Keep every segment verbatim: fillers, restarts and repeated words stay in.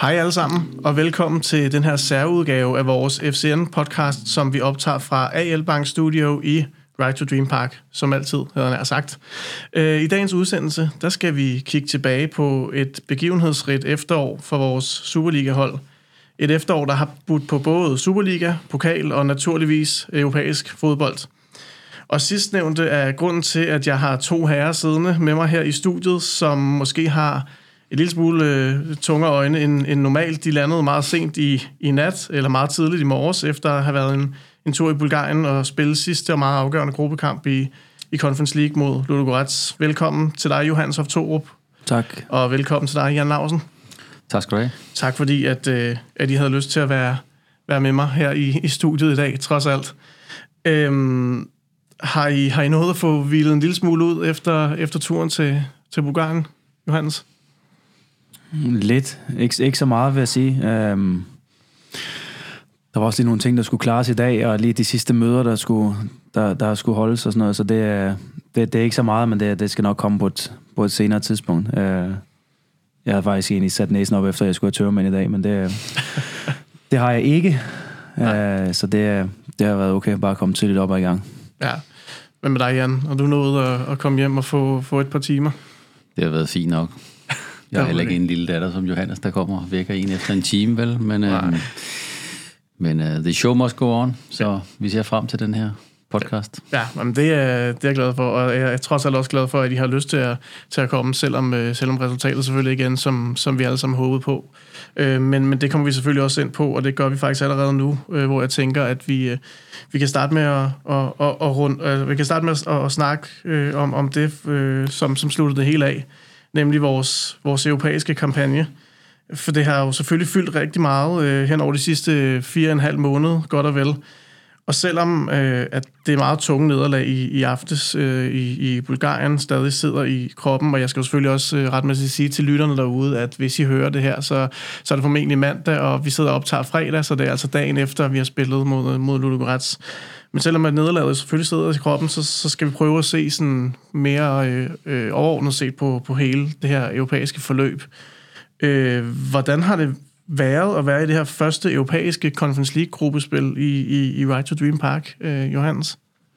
Hej alle sammen, og velkommen til den her særudgave af vores F C N-podcast, som vi optager fra A L Bank Studio i Right to Dream Park, som altid, havde jeg nær sagt. I dagens udsendelse, der skal vi kigge tilbage på et begivenhedsrigt efterår for vores Superliga-hold. Et efterår, der har budt på både Superliga, pokal og naturligvis europæisk fodbold. Og sidstnævnte er grunden til, at jeg har to herrer siddende med mig her i studiet, som måske har et lille smule øh, tungere øjne end, end normalt. De landede meget sent i, i nat, eller meget tidligt i morges, efter at have været en, en tur i Bulgarien og spille sidste og meget afgørende gruppekamp i, i Conference League mod Ludogorets. Velkommen til dig, Johannes Hoff Torup. Tak. Og velkommen til dig, Jan Lausen. Tak skal du have. Tak fordi, at, øh, at I havde lyst til at være, være med mig her i, i studiet i dag, trods alt. Øhm, har, I, har I nået at få hvilet en lille smule ud efter, efter turen til, til Bulgarien, Johannes? Lidt. Ik- ikke så meget, vil jeg sige. Um, der var også lige nogle ting, der skulle klares i dag, og lige de sidste møder, der skulle, der, der skulle holdes og sådan noget, så det er, det, det er ikke så meget, men det, det skal nok komme på et, på et senere tidspunkt. Uh, jeg havde faktisk egentlig sat næsen op, efter jeg skulle have tørmænd i dag, men det, det har jeg ikke. Uh, så det, det har været okay, bare at komme tidligt op og i gang. Ja. Hvad med dig, Jan? Har du nået at, at komme hjem og få, få et par timer? Det har været fint nok. Jeg har heller ikke en lille datter som Johannes, der kommer og vækker en efter en time, vel? Men, øh, men uh, the show must go on, så ja. Vi ser frem til den her podcast. Ja, men det er, det er jeg glad for, og jeg er trods alt også glad for, at I har lyst til at, til at komme, selvom, øh, selvom resultatet selvfølgelig igen, som, som vi alle sammen håbede på. Øh, men, men det kommer vi selvfølgelig også ind på, og det gør vi faktisk allerede nu, øh, hvor jeg tænker, at vi, øh, vi kan starte med at, at, at, at, rund, øh, vi kan starte med at, at snakke øh, om, om det, øh, som, som sluttede det hele af, nemlig vores, vores europæiske kampagne. For det har jo selvfølgelig fyldt rigtig meget øh, hen over de sidste fire og en halv måned, godt og vel. Og selvom øh, at det er meget tunge nederlag i, i aftes øh, i, i Bulgarien stadig sidder i kroppen, og jeg skal jo selvfølgelig også øh, retmæssigt sige til lytterne derude, at hvis I hører det her, så, så er det formentlig mandag, og vi sidder og optager fredag, så det er altså dagen efter, vi har spillet mod, mod Ludogorets. Men selvom at nederlaget selvfølgelig sidder i kroppen, så, så skal vi prøve at se sådan mere øh, øh, overordnet set på, på hele det her europæiske forløb. Øh, hvordan har det været at være i det her første europæiske Conference League-gruppespil i, i, i Right to Dream Park, øh, Johannes?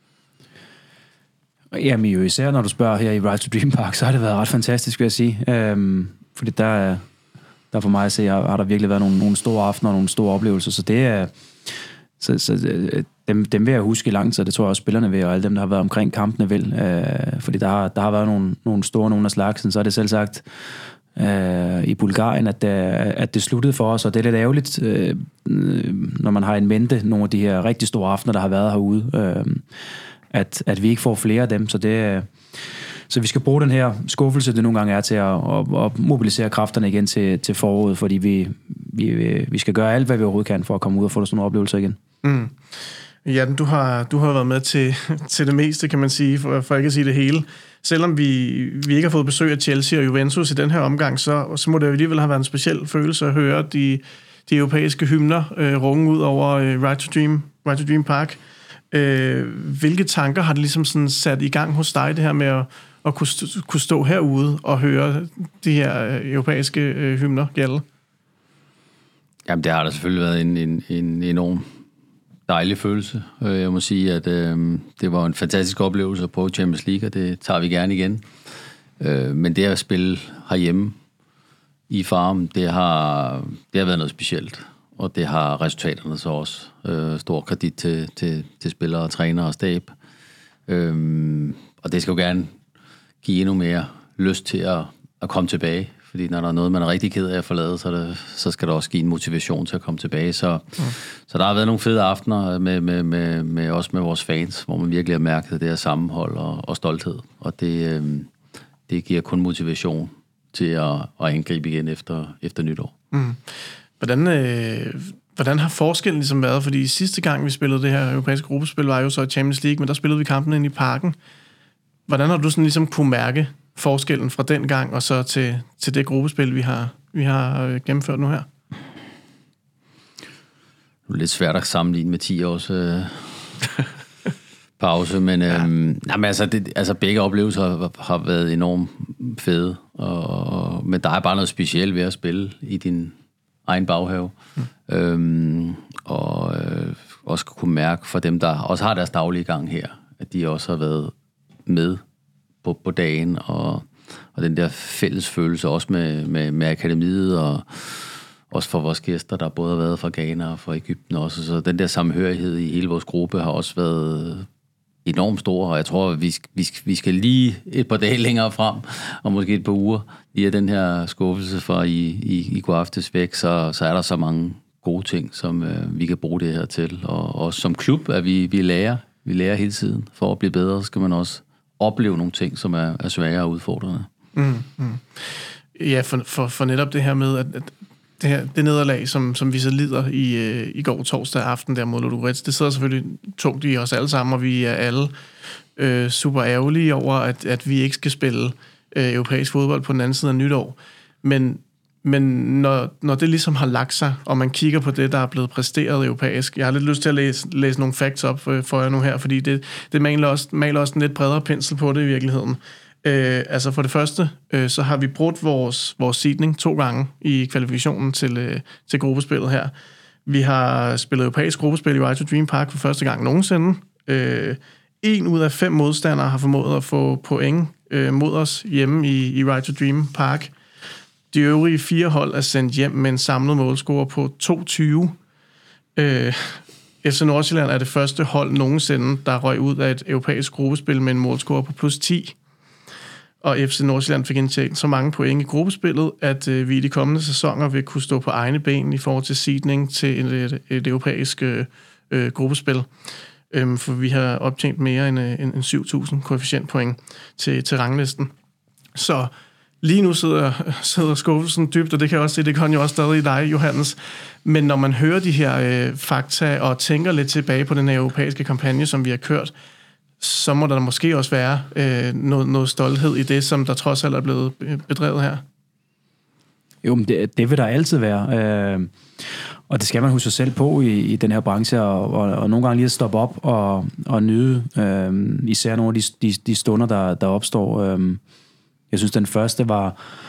Jamen jo især, når du spørger her i Right to Dream Park, så har det været ret fantastisk, vil jeg sige. Øhm, fordi der, der for mig at se, har, har der virkelig været nogle, nogle store aftener og nogle store oplevelser, så det er... Så, så dem, dem vil jeg huske i lang tid, det tror jeg også spillerne vil, og alle dem, der har været omkring kampene vil. Øh, fordi der har, der har været nogle, nogle store, nogle af slagsen, så er det selv sagt øh, i Bulgarien, at det, at det sluttede for os, og det er lidt ærgerligt, øh, når man har en mente nogle af de her rigtig store aftener, der har været herude, øh, at, at vi ikke får flere af dem, så det... Så vi skal bruge den her skuffelse, det nogle gange er, til at, at, at mobilisere kræfterne igen til, til foråret, fordi vi, vi, vi skal gøre alt, hvad vi overhovedet kan, for at komme ud og få sådan nogle oplevelser igen. Mm. Ja, du har, du har været med til, til det meste, kan man sige, for, for ikke at sige det hele. Selvom vi, vi ikke har fået besøg af Chelsea og Juventus i den her omgang, så, så må det jo alligevel have været en speciel følelse at høre de, de europæiske hymner øh, runge ud over øh, Right to Dream, Right to Dream Park. Øh, hvilke tanker har det ligesom sådan sat i gang hos dig, det her med at, at kunne, stå, kunne stå herude og høre de her øh, europæiske øh, hymner gælde? Jamen, det har da selvfølgelig været en, en, en enorm dejlig følelse. Jeg må sige, at øh, det var en fantastisk oplevelse på Champions League, og det tager vi gerne igen. Øh, men det at spille herhjemme i Farum, det har, det har været noget specielt. Og det har resultaterne så også. Øh, stor kredit til, til, til spillere, trænere og stab. Øh, og det skal jo gerne give endnu mere lyst til at, at komme tilbage. Fordi når der er noget, man er rigtig ked af at forlade, så, det, så skal der også give en motivation til at komme tilbage. Så, mm. så der har været nogle fede aftener med, med, med, med også med vores fans, hvor man virkelig har mærket det her sammenhold og, og stolthed. Og det, øh, det giver kun motivation til at, at angribe igen efter, efter nytår. Mm. Hvordan, øh, hvordan har forskellen ligesom været? Fordi sidste gang, vi spillede det her europæiske gruppespil, var jo så i Champions League, men der spillede vi kampen ind i parken. Hvordan har du sådan ligesom kunne mærke forskellen fra den gang og så til, til det gruppespil, vi har, vi har gennemført nu her? Det er lidt svært at sammenligne med ti års øh, pause, men, ja. øhm, jamen, altså, det, altså begge oplevelser har, har været enormt fede, og, og, men der er bare noget specielt ved at spille i din egen baghave. Mm. Øhm, og øh, også kunne mærke for dem, der også har deres daglige gang her, at de også har været med på, på dagen, og, og den der fælles følelse også med, med, med akademiet, og også for vores gæster, der både har været fra Ghana og fra Egypten også. Så den der samhørighed i hele vores gruppe har også været enormt stor, og jeg tror, vi, vi, vi skal lige et par dage længere frem, og måske et par uger, i den her skuffelse fra i, i, i går aftes væk, så, så er der så mange gode ting, som øh, vi kan bruge det her til. Og også som klub, at vi, vi lærer, vi lærer hele tiden. For at blive bedre, så skal man også opleve nogle ting, som er, er svære og udfordrende. Mm, mm. Ja, for, for, for netop det her med, at, at det, her, det nederlag, som, som vi så lider i, øh, i går torsdag aften der mod Ludogorets, det sidder selvfølgelig tungt i os alle sammen, og vi er alle øh, super ærgerlige over, at, at vi ikke skal spille øh, europæisk fodbold på den anden side af nytår. Men, men når, når det ligesom har lagt sig, og man kigger på det, der er blevet præsteret europæisk, jeg har lidt lyst til at læse, læse nogle facts op for, for jer nu her, fordi det, det maler, også, maler også en lidt bredere pensel på det i virkeligheden. Øh, altså for det første, øh, så har vi brudt vores, vores seedning to gange i kvalifikationen til, øh, til gruppespillet her. Vi har spillet europæisk gruppespil i Right to Dream Park for første gang nogensinde. Øh, en ud af fem modstandere har formået at få point øh, mod os hjemme i, i Right to Dream Park. De øvrige fire hold er sendt hjem med en samlet målscore på to tyve. Øh, F C Nordsjælland er det første hold nogensinde, der røg ud af et europæisk gruppespil med en målscore på plus ti. Og F C Nordsjælland fik indtjent så mange point i gruppespillet, at øh, vi i de kommende sæsoner vil kunne stå på egne ben i forhold til seedning til et, et, et europæisk øh, gruppespil. Øhm, for vi har optjent mere end, end, end syv tusind koefficientpoint til, til ranglisten. Så lige nu sidder, sidder skuffelsen dybt, og det kan jeg også se, det kan jo også stadig i dig, Johannes. Men når man hører de her øh, fakta og tænker lidt tilbage på den her europæiske kampagne, som vi har kørt, så må der måske også være øh, noget, noget stolthed i det, som der trods alt er blevet bedrevet her. Jo, men det, det vil der altid være. Øh, og det skal man huske sig selv på i, i den her branche, og, og, og nogle gange lige at stoppe op og, og nyde øh, især nogle af de, de, de stunder, der, der opstår. Øh, jeg synes, den første var,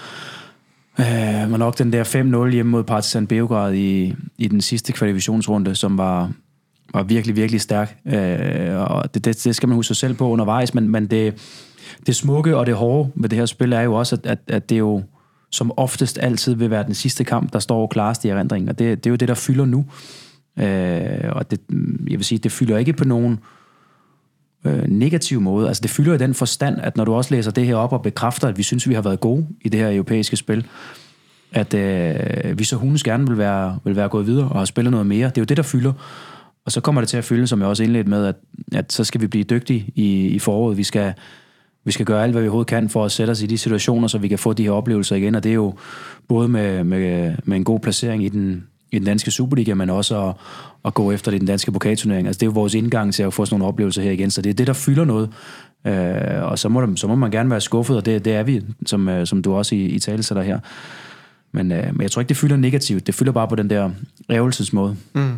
øh, var nok den der fem nul hjemme mod Partizan Beograd i, i den sidste kvalifikationsrunde, som var... var virkelig, virkelig stærk. Øh, og det, det, det skal man huske sig selv på undervejs, men, men det, det smukke og det hårde med det her spil er jo også, at, at, at det jo som oftest altid vil være den sidste kamp, der står klarest i erindringen, og det, det er jo det, der fylder nu. Øh, og det, jeg vil sige, det fylder ikke på nogen øh, negativ måde. Altså det fylder i den forstand, at når du også læser det her op og bekræfter, at vi synes, vi har været gode i det her europæiske spil, at øh, vi så hundes gerne vil være, vil være gået videre og have spillet noget mere. Det er jo det, der fylder. Og så kommer det til at fylde, som jeg også indledte med, at, at så skal vi blive dygtige i, i foråret. Vi skal, vi skal gøre alt, hvad vi overhovedet kan for at sætte os i de situationer, så vi kan få de her oplevelser igen. Og det er jo både med, med, med en god placering i den, i den danske Superliga, men også at, at gå efter det i den danske pokalturnering. Altså det er jo vores indgang til at få sådan nogle oplevelser her igen. Så det er det, der fylder noget. Øh, og så må, så må man gerne være skuffet, og det, det er vi, som, som du også i, i tale sætter her. Men, øh, men jeg tror ikke, det fylder negativt. Det fylder bare på den der ærgelsesmåde. Mm.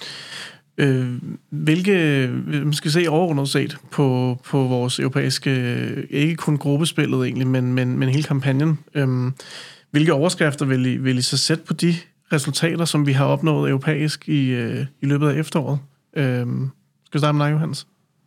Øh, hvilke, man skal se overordnet set på, på vores europæiske, ikke kun gruppespillet egentlig, men, men, men hele kampagnen. Øh, hvilke overskrifter vil I, vil I så sætte på de resultater, som vi har opnået europæisk i, øh, i løbet af efteråret? Øh, skal vi starte med dig, Johannes?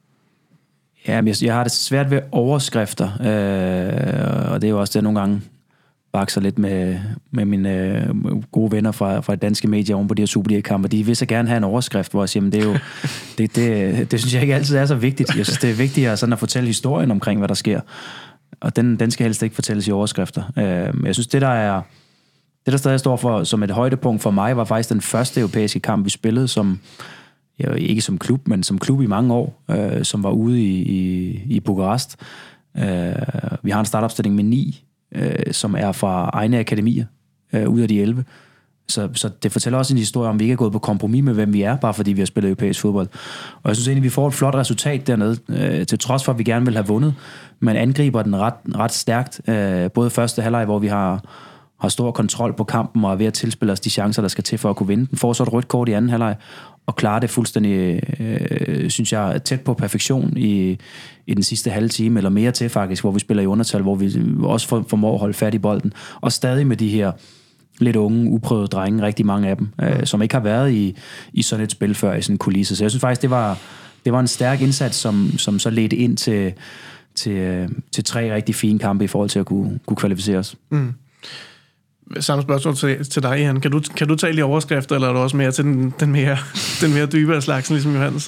Ja, jeg, jeg har det svært ved overskrifter, øh, og det er jo også det, nogle gange bakser lidt med, med mine øh, gode venner fra, fra danske medier oven på de her Superliga-kampe. De vil så gerne have en overskrift, hvor jeg siger, det er jo, det, det, det synes jeg ikke altid er så vigtigt. Jeg synes, det er vigtigere sådan at fortælle historien omkring, hvad der sker. Og den, den skal helst ikke fortælles i overskrifter. Øh, jeg synes, det der er, det der stadig står for, som et højdepunkt for mig, var faktisk den første europæiske kamp, vi spillede, som, ja, ikke som klub, men som klub i mange år, øh, som var ude i, i, i Bukarest. Øh, vi har en startopstilling med ni, som er fra egne akademier, øh, ud af de elleve. Så, så det fortæller også en historie om, vi ikke er gået på kompromis med, hvem vi er, bare fordi vi har spillet europæisk fodbold. Og jeg synes egentlig, vi får et flot resultat dernede, øh, til trods for, at vi gerne vil have vundet. Man angriber den ret, ret stærkt. Øh, både første halvleg, hvor vi har, har stor kontrol på kampen og er ved at tilspille os de chancer, der skal til for at kunne vinde den. Får så et rødt kort i anden halvleg og klarer det fuldstændig, øh, synes jeg, tæt på perfektion i, i den sidste halve time, eller mere til faktisk, hvor vi spiller i undertal, hvor vi også formår at holde fat i bolden. Og stadig med de her lidt unge, uprøvede drenge, rigtig mange af dem, øh, som ikke har været i, i sådan et spil før, i sådan en kulisse. Så jeg synes faktisk, det var, det var en stærk indsats, som, som så ledte ind til, til, til tre rigtig fine kampe i forhold til at kunne, kunne kvalificere os. Mm. Samme spørgsmål til, til dig, Jan. Kan du, kan du tale i overskrifter, eller er du også mere til den, den, mere, den mere dybe af slagsen, ligesom Johannes?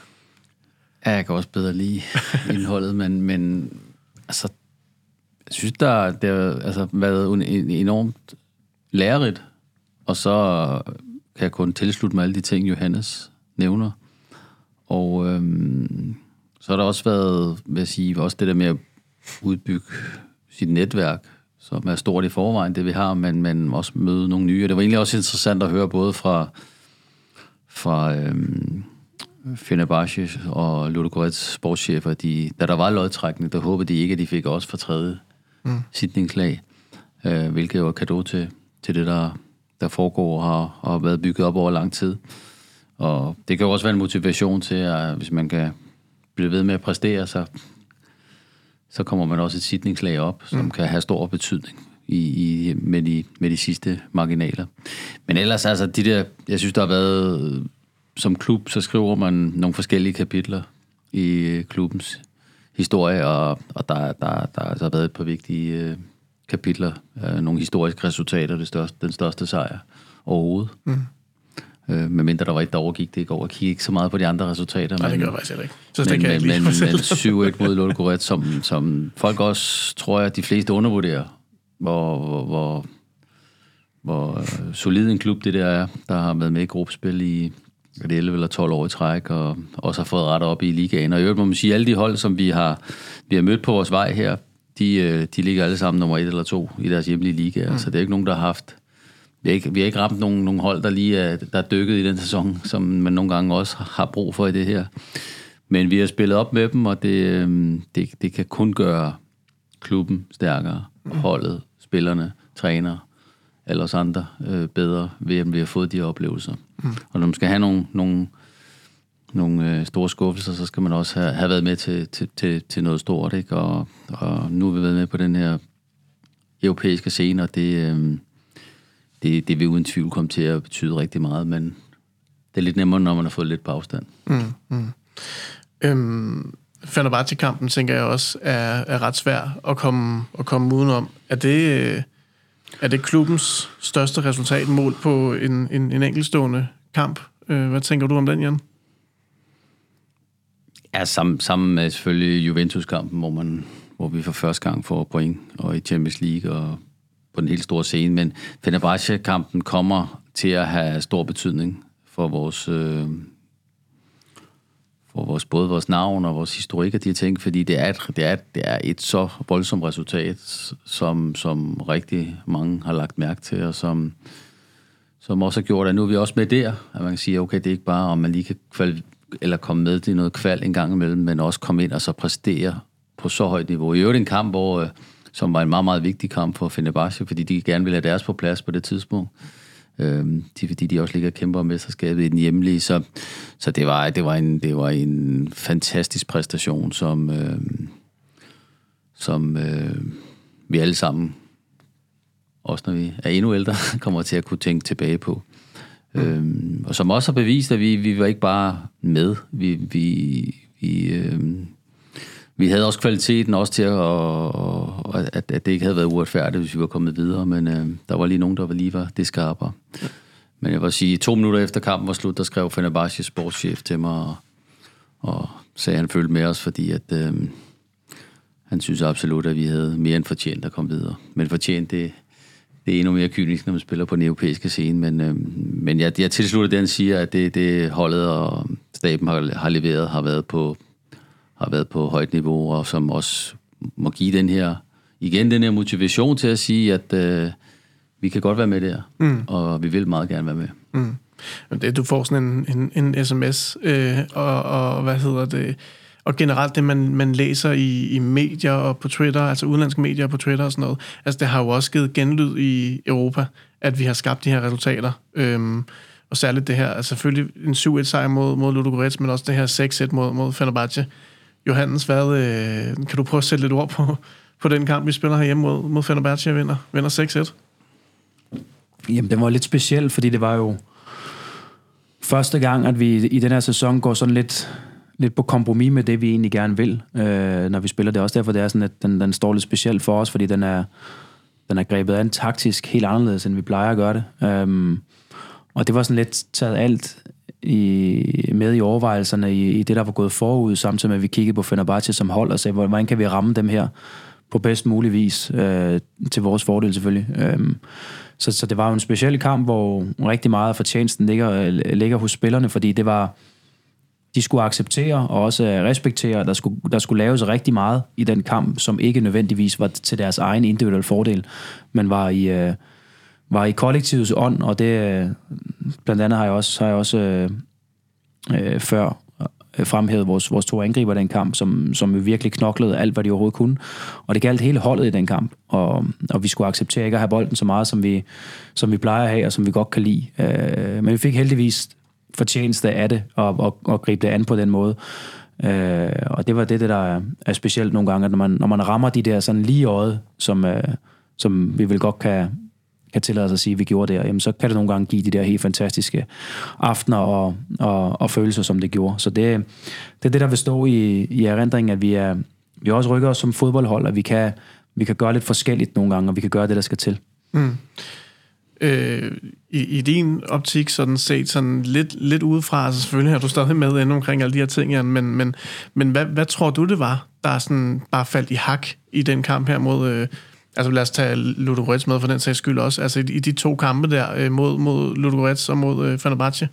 Ja, jeg kan også bedre lide indholdet, men, men altså, jeg synes, der, det har altså, været enormt lærerigt, og så kan jeg kun tilslutte mig alle de ting, Johannes nævner. Og øhm, så har der også været, vil jeg sige, også det der med at udbygge sit netværk, som er stort i forvejen, det vi har, men, men også møde nogle nye. Og det var egentlig også interessant at høre både fra, fra øhm, Fenerbahce og Ludogorets sportschefer, de, da der var lodtrækning, der håbede de ikke, at de fik også for tredje mm. sidningslag, øh, hvilket var cadeau til, til det, der, der foregår og har, har været bygget op over lang tid. Og det kan jo også være en motivation til, at hvis man kan blive ved med at præstere, så, så kommer man også et sidningslag op, som mm. kan have stor betydning i, i, med, de, med de sidste marginaler. Men ellers, altså, de der, jeg synes, der har været, som klub, så skriver man nogle forskellige kapitler i klubbens historie, og, og der, der, der har altså været et par vigtige øh, kapitler, øh, nogle historiske resultater, det største, den største sejr overhovedet. Mm. Øh, medmindre der var et, der overgik det i går. Jeg kiggede ikke så meget på de andre resultater. Nej, men, det gør jeg faktisk ikke. Så men, det kan men, jeg men, men syv et mod Ludogorets, som, som folk også, tror jeg, de fleste undervurderer, hvor, hvor, hvor, hvor solid en klub det der er, der har været med i gruppespil i elleve eller tolv år i træk, og også har fået ret op i ligaen. Og i øvrigt må man sige, alle de hold, som vi har, vi har mødt på vores vej her, de, de ligger alle sammen nummer et eller to i deres hjemlige ligaer. Mm. Så det er ikke nogen, der har haft... Vi har ikke, vi har ikke ramt nogen, nogen hold, der lige er, der er dykket i den sæson, som man nogle gange også har brug for i det her. Men vi har spillet op med dem, og det, det, det kan kun gøre klubben stærkere, mm. holdet, spillerne, træner, alle os andre øh, bedre, ved at vi har fået de her oplevelser. Mm. Og når man skal have nogle, nogle, nogle øh, store skuffelser, så skal man også have, have været med til, til, til, til noget stort, ikke? Og, og nu har vi været med på den her europæiske scene, og det... Øh, Det, det vil uden tvivl komme til at betyde rigtig meget, men det er lidt nemmere, når man har fået lidt på afstand. Mm, mm. Øhm, Fenerbahce-kampen, tænker jeg også, er, er ret svær at komme, at komme udenom. Er det, er det klubbens største resultat mål på en, en, en enkeltstående kamp? Hvad tænker du om den, Jan? Ja, sammen, sammen med selvfølgelig Juventus-kampen, hvor, man, hvor vi for første gang får point, og i Champions League, og på den helt store scene, men Fenerbahce-kampen kommer til at have stor betydning for vores, øh, for vores både vores navn og vores historik og de her ting, fordi det er et, det er, det er et så voldsomt resultat, som, som rigtig mange har lagt mærke til, og som, som også har gjort, at nu er vi også med der, at man kan sige, okay, det er ikke bare, om man lige kan kval, eller komme med til noget kval en gang imellem, men også komme ind og så præstere på så højt niveau. I øvrigt en kamp, hvor som var en meget, meget vigtig kamp for Fenerbahce, fordi de gerne ville have deres på plads på det tidspunkt. Øhm, de, fordi de også ligger og kæmper om mesterskabet i den hjemlige. Så, så det, var, det, var en, det var en fantastisk præstation, som, øh, som øh, vi alle sammen, også når vi er endnu ældre, kommer til at kunne tænke tilbage på. Mm. Øhm, og som også har bevist, at vi, vi var ikke bare med. Vi... vi, vi øh, Vi havde også kvaliteten også til, at, og, at, at det ikke havde været uretfærdigt, hvis vi var kommet videre, men øh, der var lige nogen, der var lige var det skarpere. Ja. Men jeg vil sige, to minutter efter kampen var slut, der skrev Fenerbahce sportschef til mig, og, og sagde, at han følte med os, fordi at, øh, han synes absolut, at vi havde mere end fortjent at komme videre. Men fortjent, det, det er endnu mere kynisk, når man spiller på den europæiske scene, men, øh, men jeg, jeg tilslutter det, han siger, at det, det holdet og staben har, har leveret, har været på har været på højt niveau, og som også må give den her, igen den her motivation til at sige, at øh, vi kan godt være med der, mm. og vi vil meget gerne være med. Mm. Det, du får sådan en, en, en sms, øh, og, og hvad hedder det, og generelt det, man, man læser i, i medier og på Twitter, altså udenlandske medier på Twitter og sådan noget, altså det har jo også givet genlyd i Europa, at vi har skabt de her resultater, øhm, og særligt det her, altså selvfølgelig en syv et sejr mod, mod Ludogorets, men også det her seks et mod, mod Fenerbahce. Johannes, hvad, øh, kan du prøve at sætte lidt ord på, på den kamp, vi spiller herhjemme mod, mod Fenerbahce og vinder, vinder seks et? Jamen, det var lidt specielt, fordi det var jo første gang, at vi i den her sæson går sådan lidt, lidt på kompromis med det, vi egentlig gerne vil, øh, når vi spiller. Det er også derfor, det er sådan, at den, den står lidt specielt for os, fordi den er, den er grebet an taktisk helt anderledes, end vi plejer at gøre det. Um, og det var sådan lidt taget alt i, med i overvejelserne i, i det, der var gået forud, samtidig med, at vi kiggede på Fenerbahce som hold og sagde, hvordan kan vi ramme dem her på bedst mulig vis, øh, til vores fordel selvfølgelig. Um, så, så det var jo en speciel kamp, hvor rigtig meget af fortjenesten ligger, ligger hos spillerne, fordi det var, de skulle acceptere og også respektere, at der skulle, der skulle laves rigtig meget i den kamp, som ikke nødvendigvis var til deres egen individuelle fordel, men var i, øh, var i kollektivets ånd, og det blandt andet har jeg også, har jeg også øh, øh, før fremhævet vores, vores to angriber i den kamp, som, som virkelig knoklede alt, hvad de overhovedet kunne. Og det galt hele holdet i den kamp. Og, og vi skulle acceptere ikke at have bolden så meget, som vi, som vi plejer at have, og som vi godt kan lide. Øh, men vi fik heldigvis fortjeneste af det, og, og, og gribe det an på den måde. Øh, og det var det, det der er, er specielt nogle gange, at når man, når man rammer de der sådan lige øjet, som, øh, som vi vel godt kan, kan tillade os at sige, at vi gjorde der, jamen så kan det nogle gange give de der helt fantastiske aftener og, og, og følelser, som det gjorde. Så det, det er det, der vil stå i, i erindringen, at vi er, vi også rykker os som fodboldhold, at vi kan, vi kan gøre lidt forskelligt nogle gange, og vi kan gøre det, der skal til. Mm. Øh, i, I din optik sådan set sådan lidt, lidt udefra, altså selvfølgelig har du stadig med inde omkring alle de her ting, Jan, men, men, men hvad, hvad tror du det var, der sådan bare faldt i hak i den kamp her mod, øh, altså lad os tage Ludogorets med for den sags skyld også, altså i, i de to kampe der øh, mod, mod Ludogorets og mod øh, Fenerbahce?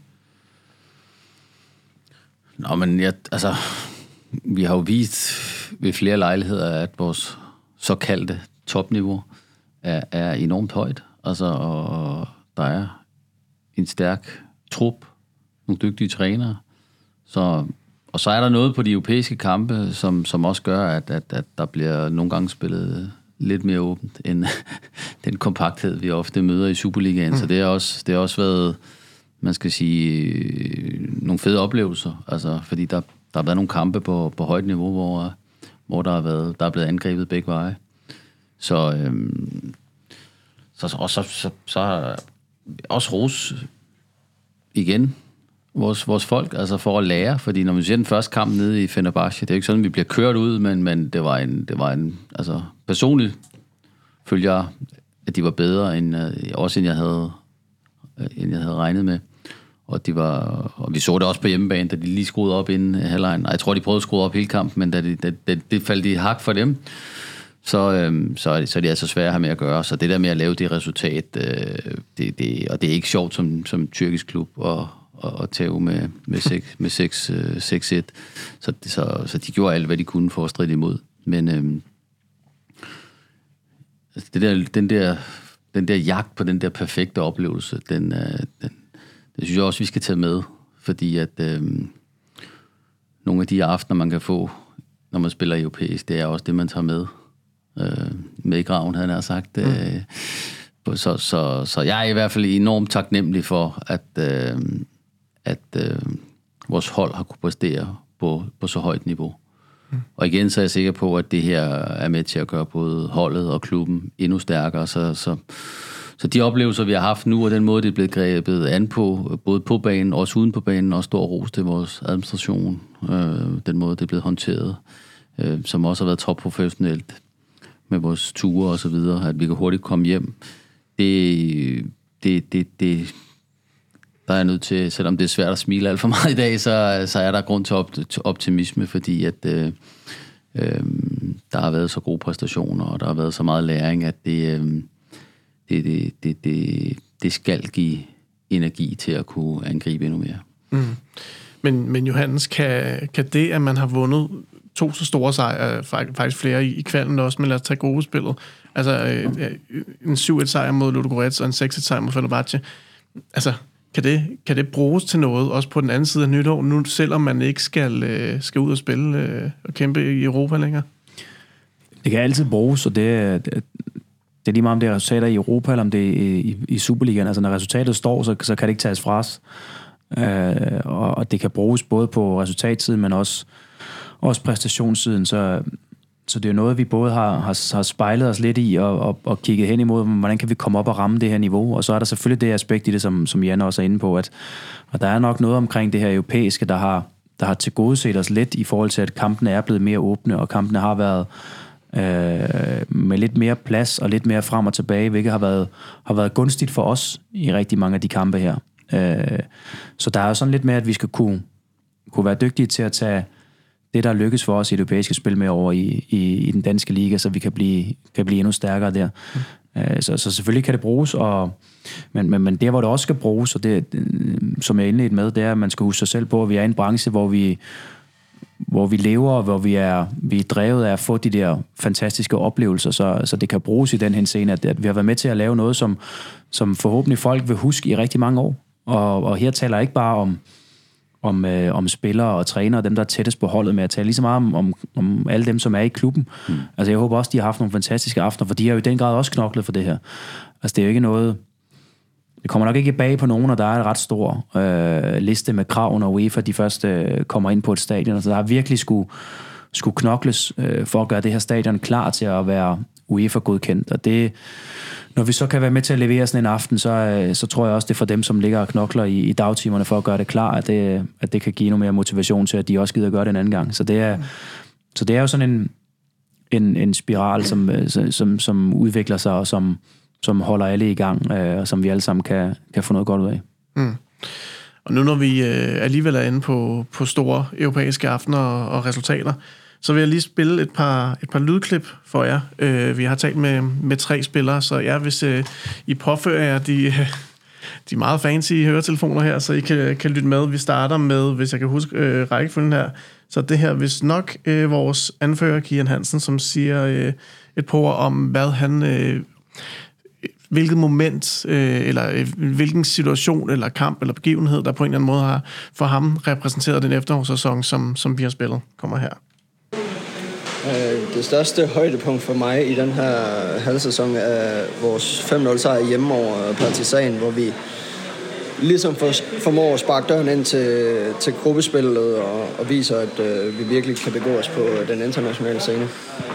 Nå, men jeg, altså, vi har jo vist ved flere lejligheder, at vores såkaldte topniveau er, er enormt højt. Altså, og der er en stærk trup, nogle dygtige trænere. Så, og så er der noget på de europæiske kampe, som, som også gør, at, at, at der bliver nogle gange spillet lidt mere åbent, end den kompakthed, vi ofte møder i Superligaen. Mm. Så det har også, det har også været, man skal sige, nogle fede oplevelser. Altså, fordi der, der har været nogle kampe på, på højt niveau, hvor, hvor der, har været, der er blevet angrebet begge veje. Så... Øhm, Så, og så, så, så også ros igen vores, vores folk, altså for at lære, fordi når vi ser den første kamp nede i Fenerbahce, det er jo ikke sådan, at vi bliver kørt ud, men, men det var en, det var en, altså personligt følte jeg, at de var bedre, end, også end jeg havde, end jeg havde regnet med. Og, de var, og vi så det også på hjemmebane, da de lige skruede op inden halvlejen. Jeg tror, de prøvede at skrue op hele kampen, men da det, det, det, det faldt i hak for dem, så, øhm, så, er det, så er det altså svært at have med at gøre. Så det der med at lave det resultat, øh, det, det, og det er ikke sjovt som, som tyrkisk klub at, at, at tage med, med seks et. Så, så, så de gjorde alt, hvad de kunne for at stride imod. Men øhm, det der, den, der, den der jagt på den der perfekte oplevelse, den, øh, den, det synes jeg også, vi skal tage med. Fordi at øhm, nogle af de aftener, man kan få, når man spiller europæisk, det er også det, man tager med. Øh, med i graven, havde jeg sagt. Mm. Øh, så, så, så jeg er i hvert fald enormt taknemmelig for, at, øh, at øh, vores hold har kunnet præstere på, på så højt niveau. Mm. Og igen, så er jeg sikker på, at det her er med til at gøre både holdet og klubben endnu stærkere. Så, så, så de oplevelser, vi har haft nu, og den måde, det er blevet grebet an på, både på banen og også uden på banen, og stor ros til vores administration, øh, den måde, det er blevet håndteret, øh, som også har været topprofessionelt, med vores ture og så videre, at vi kan hurtigt komme hjem. Det, det, det, det, der er nødt til, selvom det er svært at smile alt for meget i dag, så, så er der grund til, op, til optimisme, fordi at øh, øh, der har været så gode præstationer, og der har været så meget læring, at det, øh, det, det, det, det, det skal give energi til at kunne angribe endnu mere. Mm. Men, men Johannes, kan, kan det, at man har vundet to så store sejre, faktisk flere i, i kvalden også, men lad os tage gode spillet. Altså øh, en syv et sejr mod Ludogorets og en seks et sejr mod Fenerbahce. Altså, kan det, kan det bruges til noget, også på den anden side af nytår, nu selvom man ikke skal, øh, skal ud og spille øh, og kæmpe i Europa længere? Det kan altid bruges, og det, det, det er lige meget om det er resultater i Europa, eller om det er i, i, i Superligaen. Altså, når resultatet står, så, så kan det ikke tages fra os. Øh, og, og det kan bruges både på resultatsiden, men også også præstationssiden, så så det er noget, vi både har, har, har spejlet os lidt i og, og, og kigget hen imod, hvordan kan vi komme op og ramme det her niveau. Og så er der selvfølgelig det aspekt i det, som, som Jan også er inde på, at og der er nok noget omkring det her europæiske, der har, der har tilgodeset os lidt i forhold til, at kampene er blevet mere åbne, og kampene har været øh, med lidt mere plads og lidt mere frem og tilbage, hvilket har været, har været gunstigt for os i rigtig mange af de kampe her. Øh, så der er jo sådan lidt med, at vi skal kunne, kunne være dygtige til at tage det, der lykkes for os i det europæiske spil med over i, i, i den danske liga, så vi kan blive, kan blive endnu stærkere der. Mm. Øh, så, så selvfølgelig kan det bruges, og, men, men, men der, hvor det også skal bruges, og det, som jeg indledte med, det er, at man skal huske sig selv på, at vi er i en branche, hvor vi, hvor vi lever, og hvor vi er, vi er drevet af at få de der fantastiske oplevelser, så, så det kan bruges i den henseende, at, at vi har været med til at lave noget, som, som forhåbentlig folk vil huske i rigtig mange år. Og, og her taler jeg ikke bare om Om, øh, om spillere og trænere, dem der er tættest på holdet, med at tale lige så meget om, om, om alle dem, som er i klubben. Mm. Altså jeg håber også, de har haft nogle fantastiske aftener, for de har jo i den grad også knoklet for det her. Altså det er jo ikke noget, det kommer nok ikke bag på nogen, og der er en ret stor øh, liste med krav, når UEFA de først øh, kommer ind på et stadion. Altså der har virkelig skulle, skulle knokles øh, for at gøre det her stadion klar til at være UEFA-godkendt, og det, når vi så kan være med til at levere sådan en aften, så, så tror jeg også, det er for dem, som ligger og knokler i, i dagtimerne for at gøre det klar, at det, at det kan give noget mere motivation til, at de også gider at gøre det en anden gang. Så det er, så det er jo sådan en, en, en spiral, som, som, som udvikler sig, og som, som holder alle i gang, og som vi alle sammen kan, kan få noget godt ud af. Mm. Og nu når vi øh, alligevel er inde på, på store europæiske aftener og, og resultater, så vil jeg lige spille et par, et par lydklip for jer. Øh, vi har talt med, med tre spillere, så ja, hvis øh, I påfører jer de, de meget fancy høretelefoner her, så I kan, kan lytte med. Vi starter med, hvis jeg kan huske øh, rækkefølgen her, så det her hvis nok øh, vores anfører, Kian Hansen, som siger øh, et par ord om, hvad han... Øh, hvilket moment, øh, eller øh, hvilken situation, eller kamp, eller begivenhed, der på en eller anden måde har for ham repræsenteret den efterårssæson, som, som vi har spillet, kommer her. Det største højdepunkt for mig i den her halvsæson er vores fem nul sejr hjemme over Partizan, hvor vi ligesom formår at sparke døren ind til, til gruppespillet og, og viser, at øh, vi virkelig kan begå os på den internationale scene.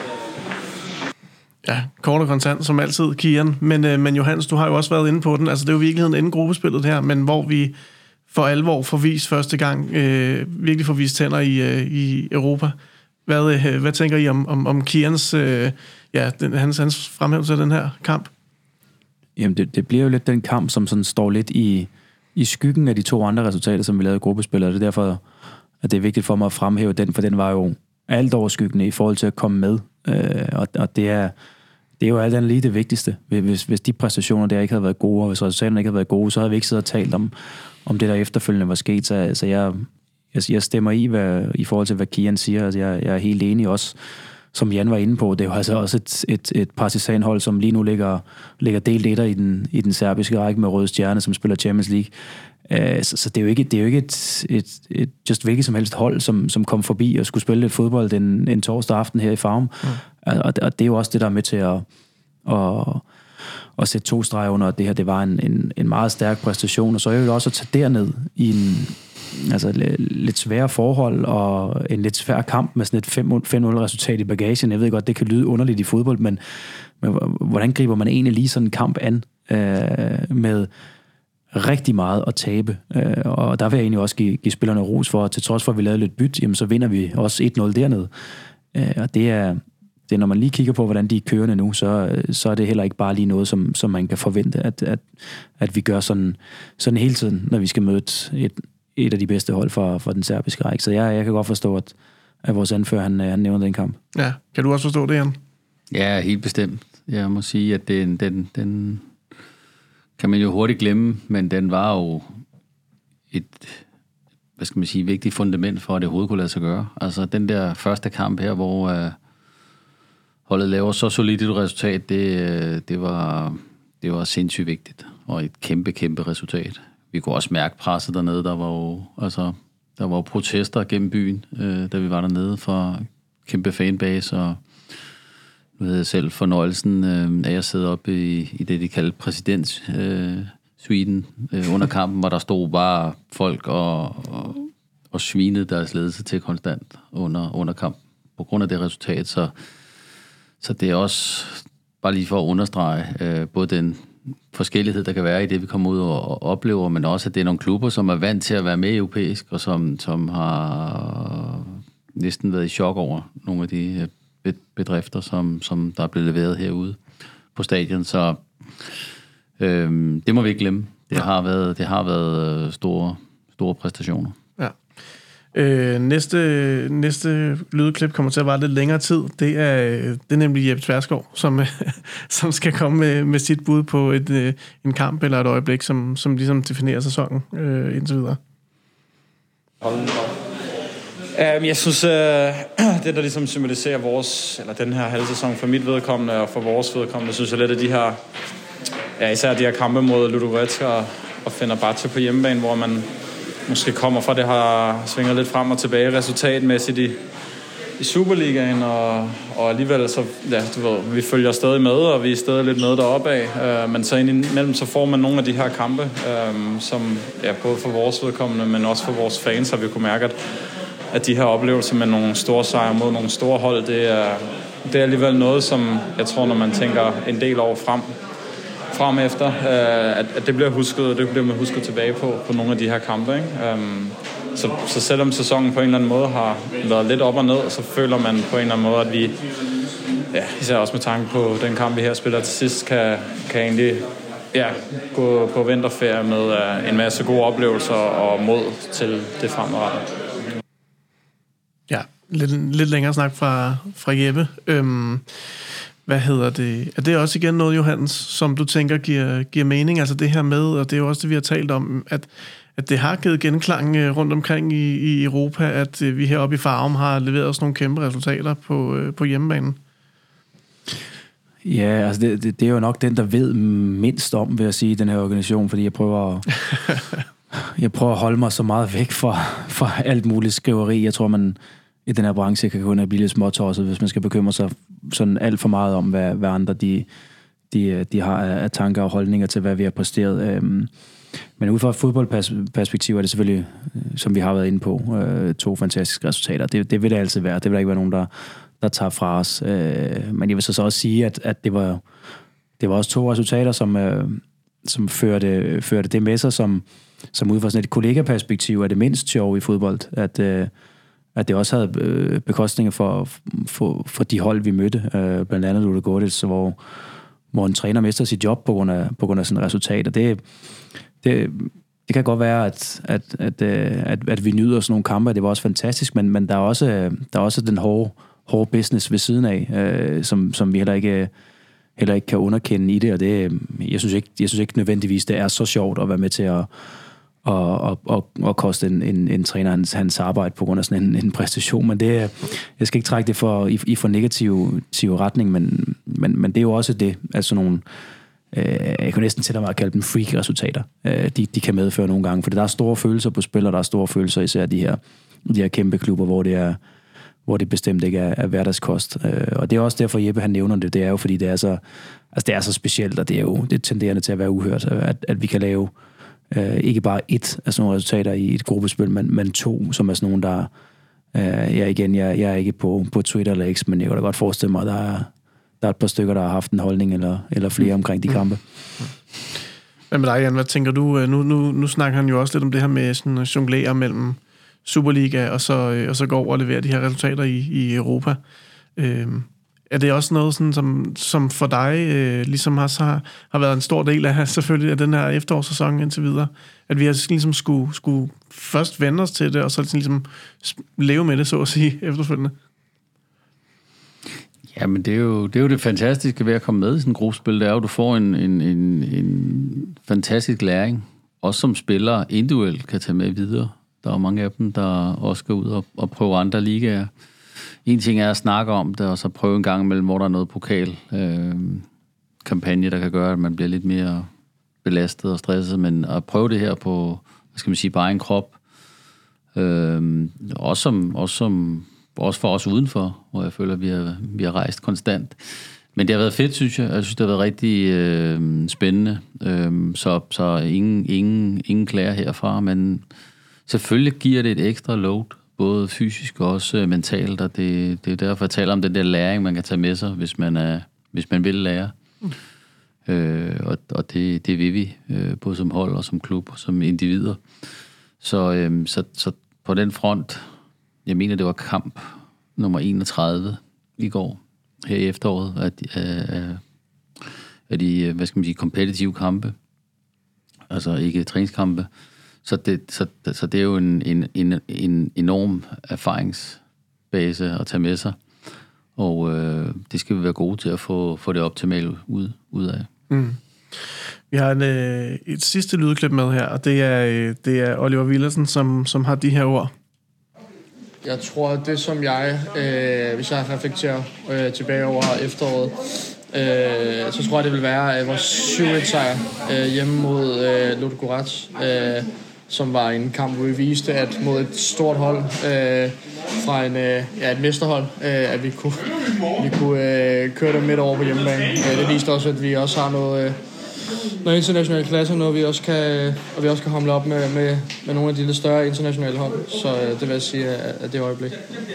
Ja, kort og kontant som altid, Kian. Men, øh, men Johannes, du har jo også været inde på den. Altså det er jo i virkeligheden inden gruppespillet her, men hvor vi for alvor får vist første gang, øh, virkelig får vist tænder i, øh, i Europa. Hvad, øh, hvad tænker I om, om, om Kians, øh, ja, den, hans, hans fremhævelse af den her kamp? Jamen, det, det bliver jo lidt den kamp, som sådan står lidt i, i skyggen af de to andre resultater, som vi lavede i gruppespillet, og det er derfor, at det er vigtigt for mig at fremhæve den, for den var jo alt overskyggende i forhold til at komme med, øh, og, og det er det er jo alt andet lige det vigtigste. Hvis, hvis de præstationer der ikke havde været gode, og hvis resultaterne ikke havde været gode, så havde vi ikke siddet og talt om, om det, der efterfølgende var sket, så altså jeg Jeg, jeg stemmer i, hvad, i forhold til, hvad Kian siger. Altså, jeg, jeg er helt enig også, som Jan var inde på. Det er jo altså også et, et, et Partizan-hold, som lige nu ligger, ligger delt etter i den, i den serbiske række med Røde Stjerne, som spiller Champions League. Uh, så, så det er jo ikke, det er jo ikke et, et, et just hvilket som helst hold, som, som kom forbi og skulle spille lidt fodbold en, en torsdag aften her i Farum. Mm. Og, og det er jo også det, der er med til at, at, at sætte to streger under, at det her det var en, en, en meget stærk præstation. Og så er det jo også at tage derned i en altså lidt svære forhold og en lidt svær kamp med sådan et fem nul resultat i bagagen. Jeg ved godt, det kan lyde underligt i fodbold, men, men hvordan griber man egentlig lige sådan en kamp an øh, med rigtig meget at tabe? Øh, og der vil jeg egentlig også give, give spillerne ros for, at til trods for, at vi lavede lidt byt, jamen så vinder vi også et nul dernede. Øh, og det er, det er, når man lige kigger på, hvordan de er kørende nu, så, så er det heller ikke bare lige noget, som, som man kan forvente, at, at, at vi gør sådan, sådan hele tiden, når vi skal møde et et af de bedste hold for, for den serbiske række. Så jeg, jeg kan godt forstå, at, at vores anfører, han, han nævner den kamp. Ja, kan du også forstå det, Jan? Ja, helt bestemt. Jeg må sige, at den, den, den kan man jo hurtigt glemme, men den var jo et, hvad skal man sige, vigtigt fundament for, at det overhovedet kunne lade sig gøre. Altså den der første kamp her, hvor uh, holdet laver så solidt et resultat, det, det, var, det var sindssygt vigtigt, og et kæmpe, kæmpe resultat. Vi kunne også mærke presset dernede. Der var jo, altså, der var jo protester gennem byen, øh, da vi var dernede for kæmpe fanbase, og nu havde jeg selv fornøjelsen øh, af at sidde oppe i, i det, de kaldte præsidentsuiten øh, øh, under kampen, hvor der stod bare folk og, og, og svinede deres ledelse til konstant under, under kampen. På grund af det resultat, så så det er også, bare lige for at understrege, øh, både den forskellighed, der kan være i det, vi kommer ud og oplever, men også, at det er nogle klubber, som er vant til at være med europæisk, og som, som har næsten været i chok over nogle af de bedrifter, som, som der er blevet leveret herude på stadion. Så øh, det må vi ikke glemme. Det har været, det har været store, store præstationer. Ja. Øh, næste, næste lydklip kommer til at vare lidt længere tid. Det er, det er nemlig Jeppe Tverskov, som, som skal komme med, med sit bud på et, en kamp eller et øjeblik, som, som ligesom definerer sæsonen øh, indtil videre. Um, jeg synes, uh, det der ligesom symboliserer vores, eller den her halve sæson for mit vedkommende og for vores vedkommende, synes jeg lidt af de her, ja, især de her kampe mod Ludogorets og, og Fenerbahce på hjemmebane, hvor man måske kommer fra det har svinger lidt frem og tilbage resultatmæssigt i, i Superligaen, og, og alligevel så, ja, du ved, vi følger stadig med, og vi er stadig lidt med deroppe af, uh, men så indimellem så får man nogle af de her kampe, um, som ja, både for vores vedkommende, men også for vores fans, har vi kunne mærke, at at de her oplevelser med nogle store sejre mod nogle store hold, det er, det er alligevel noget, som jeg tror, når man tænker en del år frem, frem efter, øh, at, at det bliver husket, og det bliver man husket tilbage på, på nogle af de her kampe. Ikke? Um, så, så selvom sæsonen på en eller anden måde har været lidt op og ned, så føler man på en eller anden måde, at vi, ja, især også med tanke på den kamp, vi her spiller til sidst, kan, kan egentlig ja, gå på vinterferie med uh, en masse gode oplevelser og mod til det fremadrettet. Ja, lidt, lidt længere snak fra, fra Jeppe. Øhm, hvad hedder det? Er det også igen noget, Johannes, som du tænker giver, giver mening? Altså det her med, og det er jo også det, vi har talt om, at, at det har givet genklang rundt omkring i, i Europa, at vi heroppe i Farum har leveret os nogle kæmpe resultater på, på hjemmebanen. Ja, altså det, det, det er jo nok den, der ved mindst om, vil jeg sige, den her organisation, fordi jeg prøver at, jeg prøver at holde mig så meget væk fra, fra alt muligt skriveri. Jeg tror, man i den her branche kan kun blive lidt småtosset, hvis man skal bekymre sig sådan alt for meget om, hvad, hvad andre de, de, de har af tanker og holdninger til, hvad vi har præsteret. Men ud fra et fodboldperspektiv er det selvfølgelig, som vi har været inde på, to fantastiske resultater. Det, det vil det altid være. Det vil der ikke være nogen, der, der tager fra os. Men jeg vil så også sige, at, at det, var, det var også to resultater, som, som førte, førte det med sig, som, som ud fra sådan et kollegaperspektiv er det mindst sjov i fodbold, at at det også havde øh, bekostninger for, for, for de hold, vi mødte, øh, blandt andet Ludogorets, hvor, hvor en træner mister sit job på grund af, på grund af sådan et resultat. Og det, det, det kan godt være, at, at, at, at, at vi nyder sådan nogle kampe, det var også fantastisk, men, men der, er også, der er også den hårde, hårde business ved siden af, øh, som, som vi heller ikke, heller ikke kan underkende i det, og det, jeg synes ikke, jeg synes ikke nødvendigvis, det er så sjovt at være med til at og, og, og, og koste en, en, en træner hans, hans arbejde på grund af sådan en, en præstation. Men det, jeg skal ikke trække det for, i, i for negativ, negativ retning, men, men, men det er jo også det, altså nogle, øh, jeg kan næsten sætte mig at kalde dem freak-resultater, øh, de, de kan medføre nogle gange, for der er store følelser på spil, og der er store følelser især de her, de her kæmpe klubber, hvor det er hvor det bestemt ikke er, er hverdagskost. Øh, og det er også derfor, Jeppe han nævner det, det er jo, fordi det er så, altså det er så specielt, og det er jo det tenderende til at være uhørt, at, at vi kan lave Uh, ikke bare et af sådan nogle resultater i et gruppespil, men, men to, som er sådan nogle, der uh, ja, igen, jeg, jeg er ikke på, på Twitter eller X, men jeg kan da godt forestille mig, at der er, der er et par stykker, der har haft en holdning eller, eller flere omkring de kampe. Hvad med dig, Jan? Hvad tænker du? Nu, nu, nu snakker han jo også lidt om det her med sådan at jonglere mellem Superliga og så, og så gå over og levere de her resultater i, i Europa. Uh, Er det også noget, sådan, som, som for dig øh, ligesom har, så har, har været en stor del af selvfølgelig af den her efterårssæson indtil videre? At vi har ligesom skulle, skulle først vende os til det, og så ligesom leve med det, så at sige, efterfølgende? Jamen, det er jo det, er jo det fantastiske ved at komme med i sådan et gruppespil. Det er jo, at du får en, en, en, en fantastisk læring. Også som spiller individuelt kan tage med videre. Der er mange af dem, der også skal ud og, og prøve andre ligaer. En ting er at snakke om det, og så prøve en gang imellem, hvor der er noget pokal øh, kampagne, der kan gøre, at man bliver lidt mere belastet og stresset, men at prøve det her på, hvad skal man sige, bare en krop, øh, også, som, også, som, også for os udenfor, hvor jeg føler, at vi har, vi har rejst konstant. Men det har været fedt, synes jeg. Jeg synes, det har været rigtig øh, spændende. Øh, så så ingen, ingen, ingen klager herfra, men selvfølgelig giver det et ekstra load, både fysisk og også mentalt, og det, det er derfor, jeg taler om den der læring, man kan tage med sig, hvis man, er, hvis man vil lære. Mm. Øh, og og det, det vil vi, øh, både som hold og som klub og som individer. Så, øh, så, så på den front, jeg mener, det var kamp nummer enogtredive i går, her i efteråret, af de, af, af de hvad skal man sige, kompetitive kampe. Altså ikke træningskampe. Så det, så, så det er jo en, en, en, en enorm erfaringsbase at tage med sig. Og øh, det skal vi være gode til at få, få det optimalt ud, ud af. Mm. Vi har en, øh, et sidste lydklip med her, og det er, øh, det er Oliver Villadsen, som, som har de her ord. Jeg tror, det som jeg, øh, hvis jeg reflekterer øh, tilbage over efteråret, øh, så tror jeg, det vil være øh, vores syv et sejr øh, hjemme mod øh, Ludogorets, øh, som var en kamp, hvor vi viste, at mod et stort hold øh, fra en, øh, ja, et mesterhold, øh, at vi kunne, vi kunne øh, køre dem midt over på hjemmebane. Øh, det viste også, at vi også har noget, øh, noget internationale klasse, noget vi også kan, og vi også kan hamle op med, med, med nogle af de lidt større internationale hold. Så øh, det vil jeg sige af det øjeblik.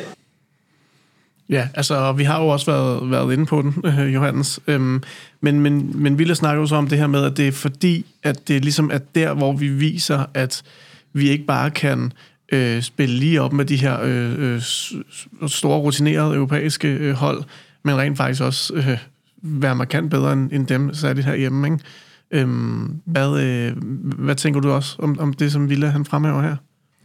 Ja, altså, vi har jo også været, været inde på den, øh, Johannes. Øhm, men, men, men Ville snakker jo så om det her med, at det er fordi, at det ligesom er der, hvor vi viser, at vi ikke bare kan øh, spille lige op med de her øh, øh, store, rutinerede europæiske øh, hold, men rent faktisk også øh, være markant bedre end, end dem, særligt herhjemme, ikke? Øhm, hvad, øh, hvad tænker du også om, om det, som Ville han fremhæver her?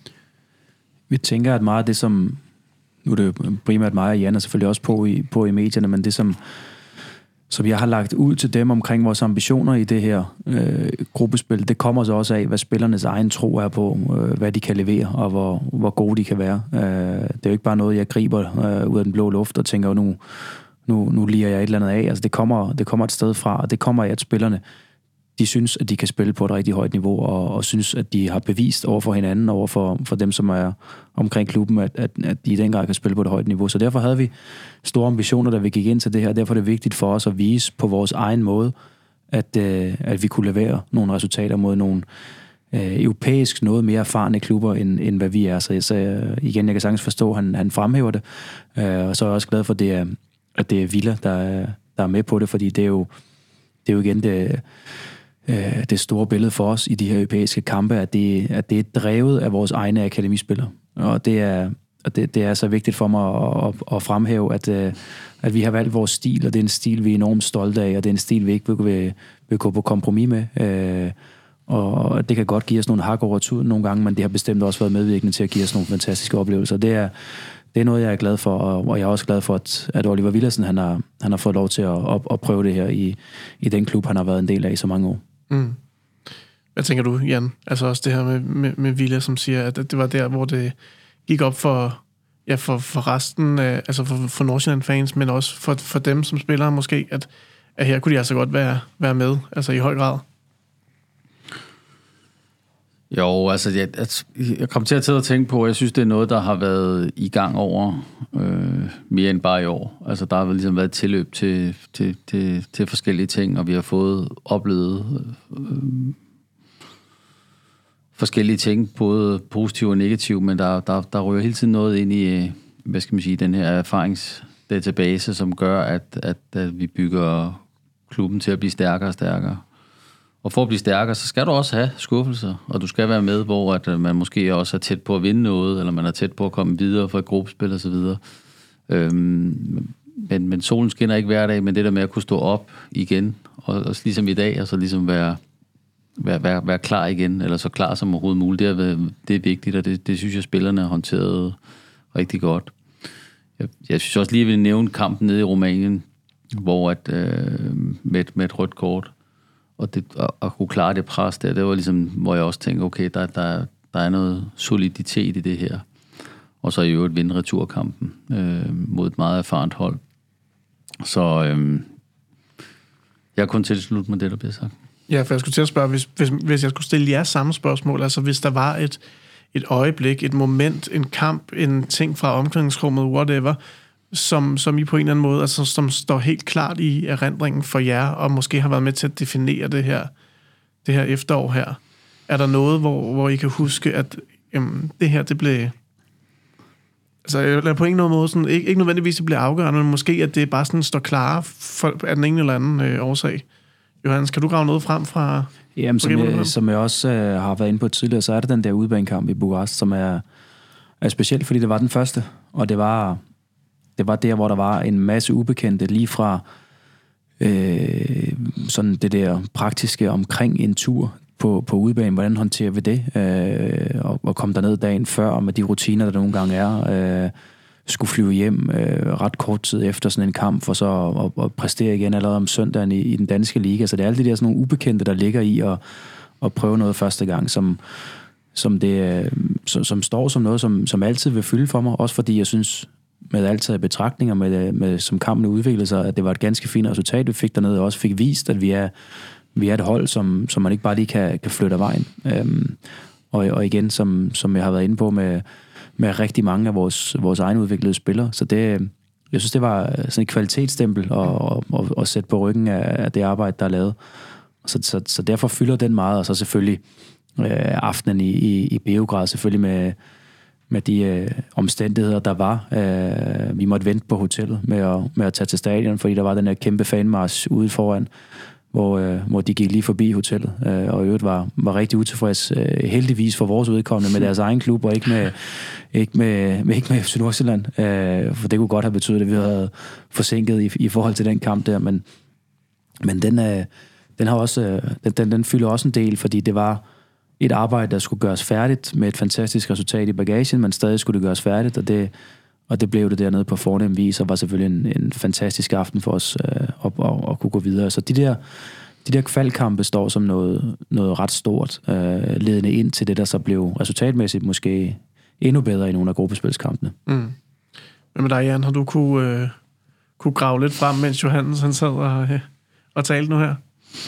Vi tænker, at meget af det, som nu er det jo primært mig og Jan, og selvfølgelig også på i, på i medierne, men det, som, som jeg har lagt ud til dem omkring vores ambitioner i det her øh, gruppespil, det kommer så også af, hvad spillernes egen tro er på, øh, hvad de kan levere, og hvor, hvor gode de kan være. Øh, det er jo ikke bare noget, jeg griber øh, ud af den blå luft og tænker, nu, nu, nu liger jeg et eller andet af. Altså, det kommer, det kommer et sted fra, og det kommer af, at spillerne de synes, at de kan spille på et rigtig højt niveau, og, og synes, at de har bevist over for hinanden, over for, for dem, som er omkring klubben, at, at, at de i den grad kan spille på et højt niveau. Så derfor havde vi store ambitioner, da vi gik ind til det her. Derfor er det vigtigt for os at vise på vores egen måde, at, øh, at vi kunne levere nogle resultater mod nogle øh, europæisk noget mere erfarne klubber, end, end hvad vi er. Så, så øh, igen, jeg kan sagtens forstå, at han, han fremhæver det. Øh, og så er jeg også glad for, at det er, at det er Villa, der, der er med på det, fordi det er jo, det er jo igen det... det store billede for os i de her europæiske kampe, at det, at det er drevet af vores egne akademispillere. Og det er, og det, det er så vigtigt for mig at, at, at fremhæve, at, at vi har valgt vores stil, og det er en stil, vi er enormt stolte af, og det er en stil, vi ikke vil, vil gå på kompromis med. Og det kan godt give os nogle hak over tuden nogle gange, men det har bestemt også været medvirkende til at give os nogle fantastiske oplevelser. Det er, det er noget, jeg er glad for, og jeg er også glad for, at, at Oliver Villadsen, han har, han har fået lov til at, at, at prøve det her i, i den klub, han har været en del af i så mange år. Mm. Hvad tænker du, Jan? Altså også det her med, med, med Villa, som siger, at det var der, hvor det gik op for, ja, for, for resten, af, altså for, for Nordsjælland-fans, men også for, for dem som spillere måske, at, at her kunne de altså godt være, være med, altså i høj grad. Jo, altså jeg, jeg kom til at tage og tænke på, at jeg synes, det er noget, der har været i gang over øh, mere end bare i år. Altså der har ligesom været tilløb til, til, til, til forskellige ting, og vi har fået oplevet øh, forskellige ting, både positive og negative, men der, der, der rører hele tiden noget ind i, hvad skal man sige, den her erfaringsdatabase, som gør, at, at, at vi bygger klubben til at blive stærkere og stærkere. Og for at blive stærkere, så skal du også have skuffelser, og du skal være med, hvor at man måske også er tæt på at vinde noget, eller man er tæt på at komme videre fra et gruppespil og så videre. Øhm, men, men solen skinner ikke hver dag, men det der med at kunne stå op igen, og, og ligesom i dag, og så ligesom være, være, være, være klar igen, eller så klar som overhovedet muligt, det er, det er vigtigt, og det, det synes jeg, spillerne har håndteret rigtig godt. Jeg, jeg synes også lige, at vi nævne kampen nede i Rumænien, hvor at, øh, med, med et rødt kort, og det, at, at kunne klare det pres der, det var ligesom, hvor jeg også tænkte, okay, der, der, der er noget soliditet i det her. Og så i øvrigt vinde returkampen øh, mod et meget erfarent hold. Så øh, jeg kunne tilslutte mig det, der bliver sagt. Ja, for jeg skulle til at spørge, hvis, hvis, hvis jeg skulle stille jer samme spørgsmål, altså hvis der var et, et øjeblik, et moment, en kamp, en ting fra omklædningsrummet, whatever, som, som I på en eller anden måde, altså som står helt klart i erindringen for jer, og måske har været med til at definere det her, det her efterår her. Er der noget, hvor, hvor I kan huske, at jamen, det her, det blev, Altså, eller på ingen måde sådan, ikke, ikke nødvendigvis det bliver afgørende, men måske, at det bare sådan står klare for, af den ene eller anden øh, årsag. Johannes, kan du grave noget frem fra... Jamen, som jeg, som jeg også øh, har været inde på tidligere, så er det den der udebanekamp i Bukarest, som er, er specielt, fordi det var den første, og det var, det var der, hvor der var en masse ubekendte, lige fra øh, sådan det der praktiske omkring en tur på, på udebane. Hvordan håndterer vi det? Øh, og, og komme derned dagen før, med de rutiner, der nogle gange er... Øh, skulle flyve hjem øh, ret kort tid efter sådan en kamp, for så at, at præstere igen allerede om søndagen i, i den danske liga. Så det er alle de der sådan nogle ubekendte, der ligger i at, at prøve noget første gang, som, som, det, som, som står som noget, som, som altid vil fylde for mig. Også fordi jeg synes, med altid betragtninger, med, med, som kampen udviklede sig, at det var et ganske fint resultat, vi fik dernede, og også fik vist, at vi er, vi er et hold, som, som man ikke bare lige kan, kan flytte af vejen. Øhm, og, og igen, som, som jeg har været inde på med med rigtig mange af vores, vores egne udviklede spillere. Så det, jeg synes, det var sådan et kvalitetsstempel at, at, at sætte på ryggen af, af det arbejde, der er lavet. Så, så, så derfor fylder den meget, og så selvfølgelig øh, aftenen i, i, i Beograd, selvfølgelig med, med de øh, omstændigheder, der var. Øh, vi måtte vente på hotellet med at, med at tage til stadion, fordi der var den her kæmpe fanmarch ude foran, hvor, øh, hvor de gik lige forbi hotellet, øh, og i øvrigt var, var rigtig utilfreds, øh, heldigvis for vores udkommende, med deres egen klub, og ikke med, ikke med, med, ikke med F C Nordsjælland, øh, for det kunne godt have betydet, at vi havde forsinket i, i forhold til den kamp der, men, men den, øh, den, har også, øh, den, den, den fylder også en del, fordi det var et arbejde, der skulle gøres færdigt, med et fantastisk resultat i bagagen, men stadig skulle det gøres færdigt, og det Og det blev det dernede på fornem vis, og var selvfølgelig en, en fantastisk aften for os øh, at, at, at kunne gå videre. Så de der, de der kvalkampe står som noget, noget ret stort, øh, ledende ind til det, der så blev resultatmæssigt måske endnu bedre i nogle af gruppespilskampene. Mm. Men med dig, Jan, har du kunne, øh, kunne grave lidt frem, mens Johannes han sad og, øh, og talte nu her?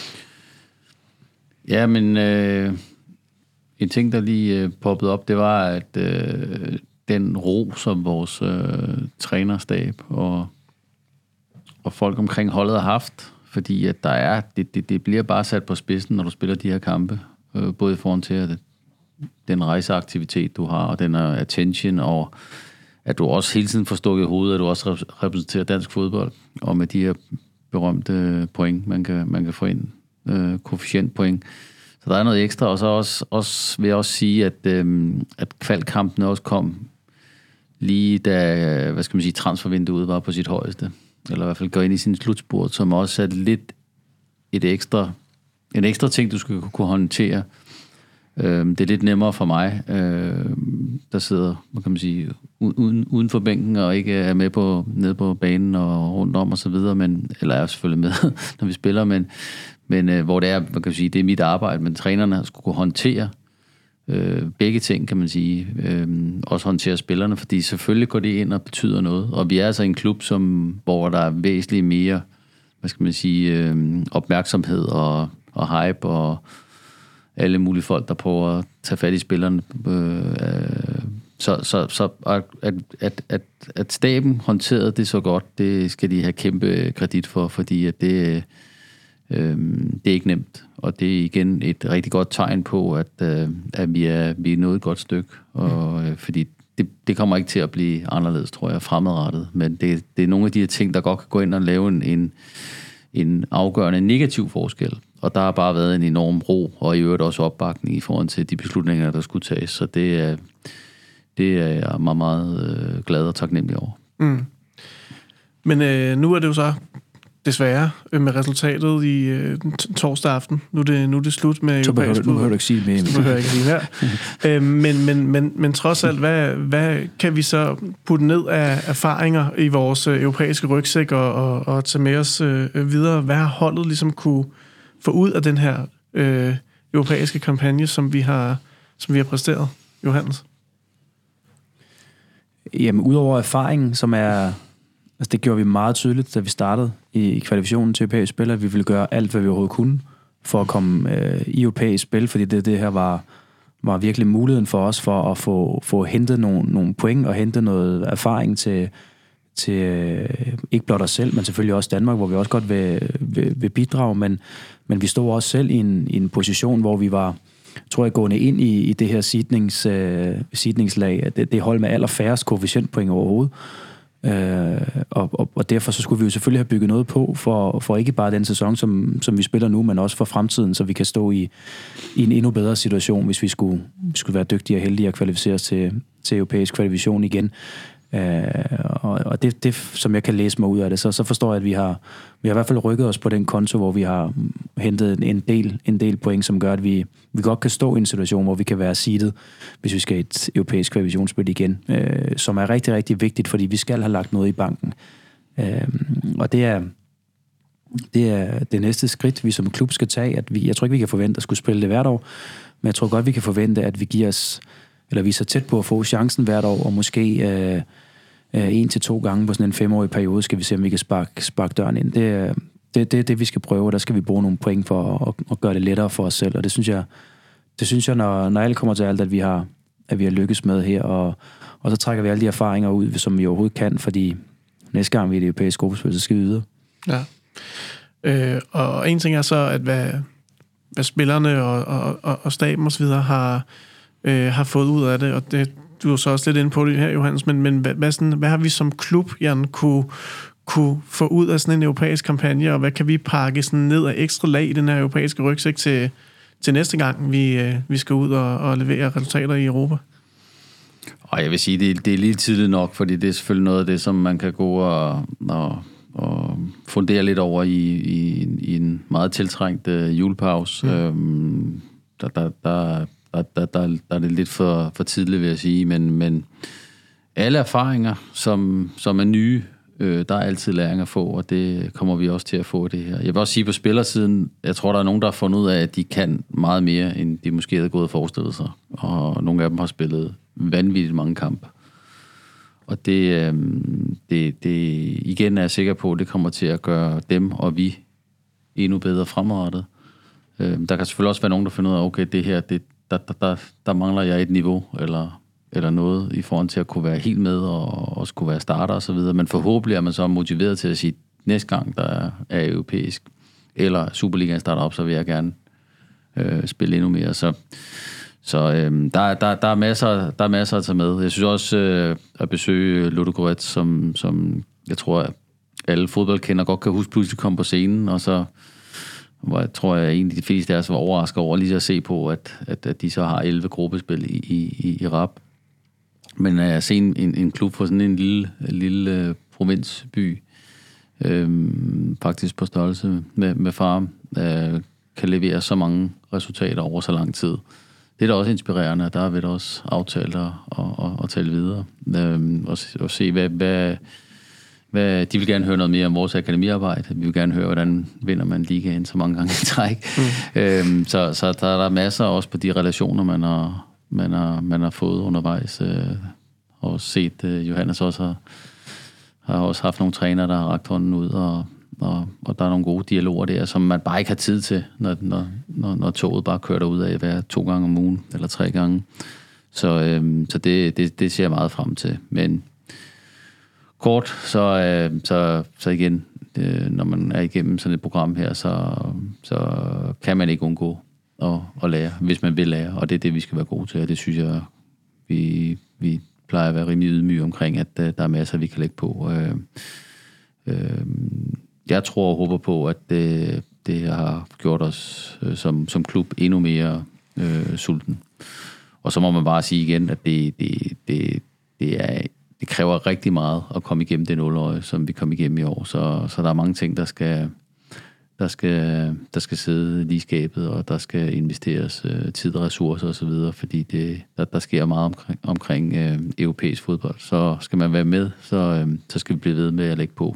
Ja, men øh, en ting, der lige øh, poppede op, det var, at øh, den ro, som vores øh, trænerstab og, og folk omkring holdet har haft, fordi at der er, det, det, det bliver bare sat på spidsen, når du spiller de her kampe, øh, både i forhold til at den rejseaktivitet, du har, og den attention, og at du også hele tiden får stukket i hovedet, at du også repræsenterer dansk fodbold, og med de her berømte point, man kan, man kan få ind, øh, koefficientpoint. Så der er noget ekstra, og så også, også vil jeg også sige, at, øh, at kvalkampen også kom lige da, hvad skal man sige, transfervinduet var på sit højeste, eller i hvert fald går ind i sin slutspurt, som også er lidt et ekstra, en ekstra ting, du skal kunne håndtere. Øh, det er lidt nemmere for mig, øh, der sidder, hvad kan man sige, uden, uden for bænken, og ikke er med på, nede på banen og rundt om og så videre, men, eller er selvfølgelig med, når vi spiller, men Men øh, hvor det er, man kan sige, det er mit arbejde, men trænerne skulle kunne håndtere øh, begge ting, kan man sige. Øh, også håndtere spillerne, fordi selvfølgelig går det ind og betyder noget. Og vi er altså en klub, som, hvor der er væsentligt mere, hvad skal man sige, øh, opmærksomhed og, og hype, og alle mulige folk, der prøver at tage fat i spillerne. Øh, så så, så at, at, at, at staben håndterede det så godt, det skal de have kæmpe kredit for, fordi at det... Øhm, det er ikke nemt, og det er igen et rigtig godt tegn på, at, øh, at vi, er, vi er nået et godt stykke, og, øh, fordi det, det kommer ikke til at blive anderledes, tror jeg, fremadrettet, men det, det er nogle af de her ting, der godt kan gå ind og lave en, en, en afgørende negativ forskel, og der har bare været en enorm ro, og i øvrigt også opbakning i forhold til de beslutninger, der skulle tages, så det er, det er jeg meget, meget øh, glad og taknemmelig over. Mm. Men øh, nu er det jo så desværre med resultatet i øh, torsdag aften. Nu er det, nu er det slut med... Så behøver du, behøver du ikke sige det mere. Så behøver jeg ikke sige mere. øh, men, men, men, men trods alt, hvad, hvad kan vi så putte ned af erfaringer i vores øh, europæiske rygsæk og, og, og tage med os øh, videre? Hvad har holdet ligesom kunne få ud af den her øh, europæiske kampagne, som vi har, som vi har præsteret, Johannes? Jamen, udover erfaringen, som er... Altså, det gjorde vi meget tydeligt, da vi startede i kvalifikationen til europæisk spil, at vi ville gøre alt, hvad vi overhovedet kunne, for at komme øh, i europæisk spil, fordi det, det her var, var virkelig muligheden for os, for at få, få hentet nogle, nogle point, og hente noget erfaring til, til øh, ikke blot os selv, men selvfølgelig også Danmark, hvor vi også godt vil, vil, vil bidrage, men, men vi stod også selv i en, i en position, hvor vi var tror jeg, gående ind i, i det her seednings, øh, seedningslag, det, det hold med allerfærrest koefficientpoint overhovedet. Øh, og, og, og derfor så skulle vi jo selvfølgelig have bygget noget på, for, for ikke bare den sæson, som, som vi spiller nu, men også for fremtiden, så vi kan stå i, i en endnu bedre situation, hvis vi skulle, skulle være dygtige og heldige at kvalificere os til, til europæisk kvalifikation igen. Øh, og og det, det, som jeg kan læse mig ud af det, så, så forstår jeg, at vi har, vi har i hvert fald rykket os på den konto, hvor vi har hentet en del, en del point, som gør, at vi, vi godt kan stå i en situation, hvor vi kan være seedet, hvis vi skal i et europæisk kvalifikationsspil igen, øh, som er rigtig, rigtig vigtigt, fordi vi skal have lagt noget i banken. Øh, og det er, det er det næste skridt, vi som klub skal tage. At vi, jeg tror ikke, vi kan forvente at skulle spille det hvert år, men jeg tror godt, vi kan forvente, at vi giver os, eller vi er så tæt på at få chancen hvert år, og måske øh, øh, en til to gange på sådan en femårig periode, skal vi se, om vi kan sparke, sparke døren ind. Det er det, det, det, vi skal prøve, og der skal vi bruge nogle point for at, at, at gøre det lettere for os selv, og det synes jeg, det synes jeg når, når alt kommer til alt, at vi har, at vi har lykkes med her, og, og så trækker vi alle de erfaringer ud, som vi overhovedet kan, fordi næste gang vi er i det europæiske gruppespil, så skal vi videre. Ja. Øh, og en ting er så, at hvad, hvad spillerne og, og, og, og staben osv. har, øh, har fået ud af det, og det, du er så også lidt inde på det her, Johannes, men, men hvad, hvad, sådan, hvad har vi som klub, Jan, kunne, kunne få ud af sådan en europæisk kampagne, og hvad kan vi pakke sådan ned af ekstra lag i den her europæiske rygsæk til, til næste gang, vi, øh, vi skal ud og, og levere resultater i Europa? Og jeg vil sige, det, det er lige tidligt nok, fordi det er selvfølgelig noget af det, som man kan gå og, og, og fundere lidt over i, i, i en meget tiltrængt uh, julepause. Mm. Øhm, der, der, der, der, der, der, der er det lidt for, for tidligt, vil jeg sige, men, men alle erfaringer, som, som er nye, øh, der er altid læring at få, og det kommer vi også til at få det her. Jeg vil også sige på spillersiden, jeg tror, der er nogen, der har fundet ud af, at de kan meget mere, end de måske havde gået og forestillet sig, og nogle af dem har spillet vanvittigt mange kampe. Og det, øh, det, det igen er jeg sikker på, det kommer til at gøre dem og vi endnu bedre fremadrettet. Øh, der kan selvfølgelig også være nogen, der finder ud af, okay, det her, det, der, der, der, der mangler jeg et niveau, eller, eller noget i forhold til at kunne være helt med, og også kunne være starter og så videre. Men forhåbentlig er man så motiveret til at sige, næste gang der er, er europæisk, eller Superligaen starter op, så vil jeg gerne øh, spille endnu mere. Så Så øh, der, der, der, er masser, der er masser at tage med. Jeg synes også øh, at besøge Ludogorets, som, som jeg tror, alle fodboldkender godt kan huske, pludselig kom på scenen, og så hvor jeg tror, at egentlig de fleste af os var overrasket over lige at se på, at, at, at de så har elleve gruppespil i, i, i rap. Men at jeg se en, en, en klub fra sådan en lille, lille uh, provinsby, øh, faktisk på størrelse med, med Farum, øh, kan levere så mange resultater over så lang tid. Det er da også inspirerende, og der har vi da også aftalt at, at, at, at tale videre. Øhm, og, og se, hvad, hvad, hvad... De vil gerne høre noget mere om vores akademiarbejde. Vi vil gerne høre, hvordan vinder man ligaen så mange gange i træk. Mm. Øhm, så, så der er der masser også på de relationer, man har, man har, man har fået undervejs. Øh, og set, øh, Johannes også har, har også haft nogle trænere, der har rakt hånden ud, og Og, og der er nogle gode dialoger der, som man bare ikke har tid til, når, når, når, når toget bare kører derud af hver to gange om ugen, eller tre gange. Så, øhm, så det, det, det ser jeg meget frem til. Men kort, så, øh, så, så igen, øh, når man er igennem sådan et program her, så, så kan man ikke undgå at, at lære, hvis man vil lære. Og det er det, vi skal være gode til, og det synes jeg, vi, vi plejer at være rimelig ydmyge omkring, at uh, der er masser, vi kan lægge på. Øh, øh, Jeg tror og håber på, at det, det har gjort os øh, som, som klub endnu mere øh, sulten. Og så må man bare sige igen, at det, det, det, det, er, det kræver rigtig meget at komme igennem det nulårige, som vi kom igennem i år. Så, så der er mange ting, der skal, der skal, der skal sidde lige i skabet, og der skal investeres øh, tid og ressourcer osv., fordi det, der, der sker meget omkring, omkring øh, europæisk fodbold. Så skal man være med, så, øh, så skal vi blive ved med at lægge på.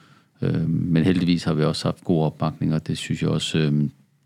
Men heldigvis har vi også haft god opbakning, og det synes jeg også øh,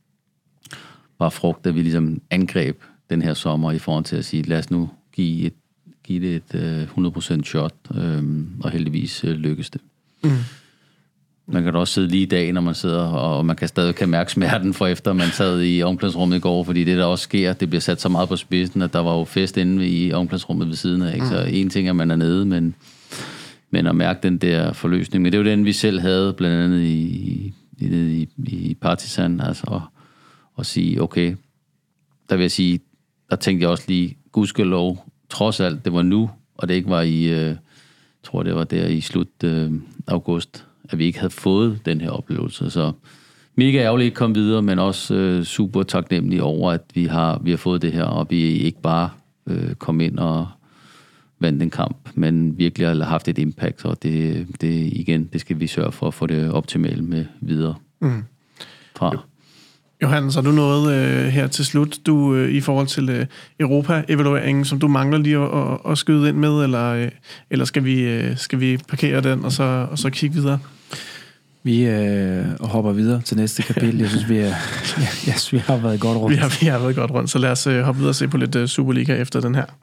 var frugt, at vi ligesom angreb den her sommer i forhold til at sige, lad os nu give, et, give det et øh, hundrede procent shot, øh, og heldigvis øh, lykkes det. Mm. Man kan da også sidde lige i dag, når man sidder, og man kan stadig kan mærke smerten for efter, man sad i omklædningsrummet i går, fordi det der også sker, det bliver sat så meget på spidsen, at der var jo fest inde i omklædningsrummet ved siden af, ikke? Så en ting er, at man er nede, men Men at mærke den der forløsning. Men det er jo den, vi selv havde, blandt andet i, i, i, i Partizan, altså at, at sige, okay, der vil jeg sige, der tænkte jeg også lige, gudskelov, trods alt, det var nu, og det ikke var i, øh, jeg tror det var der i slut øh, august, at vi ikke havde fået den her oplevelse. Så mega ærgerligt ikke kom videre, men også øh, super taknemmelig over, at vi har, vi har fået det her, og vi ikke bare øh, kom ind og vandt en kamp, men virkelig har haft et impact, og det, det igen, det skal vi sørge for at få det optimalt med videre mm. fra. Johannes, har du noget øh, her til slut, du øh, i forhold til øh, Europa-evalueringen, som du mangler lige at, at, at skyde ind med, eller, øh, eller skal, vi, øh, skal vi parkere den, og så, og så kigge videre? Vi øh, hopper videre til næste kapitel. Jeg synes, vi, er, ja, yes, vi har været godt rundt. Vi har, vi har været godt rundt, så lad os øh, hoppe videre og se på lidt øh, Superliga efter den her.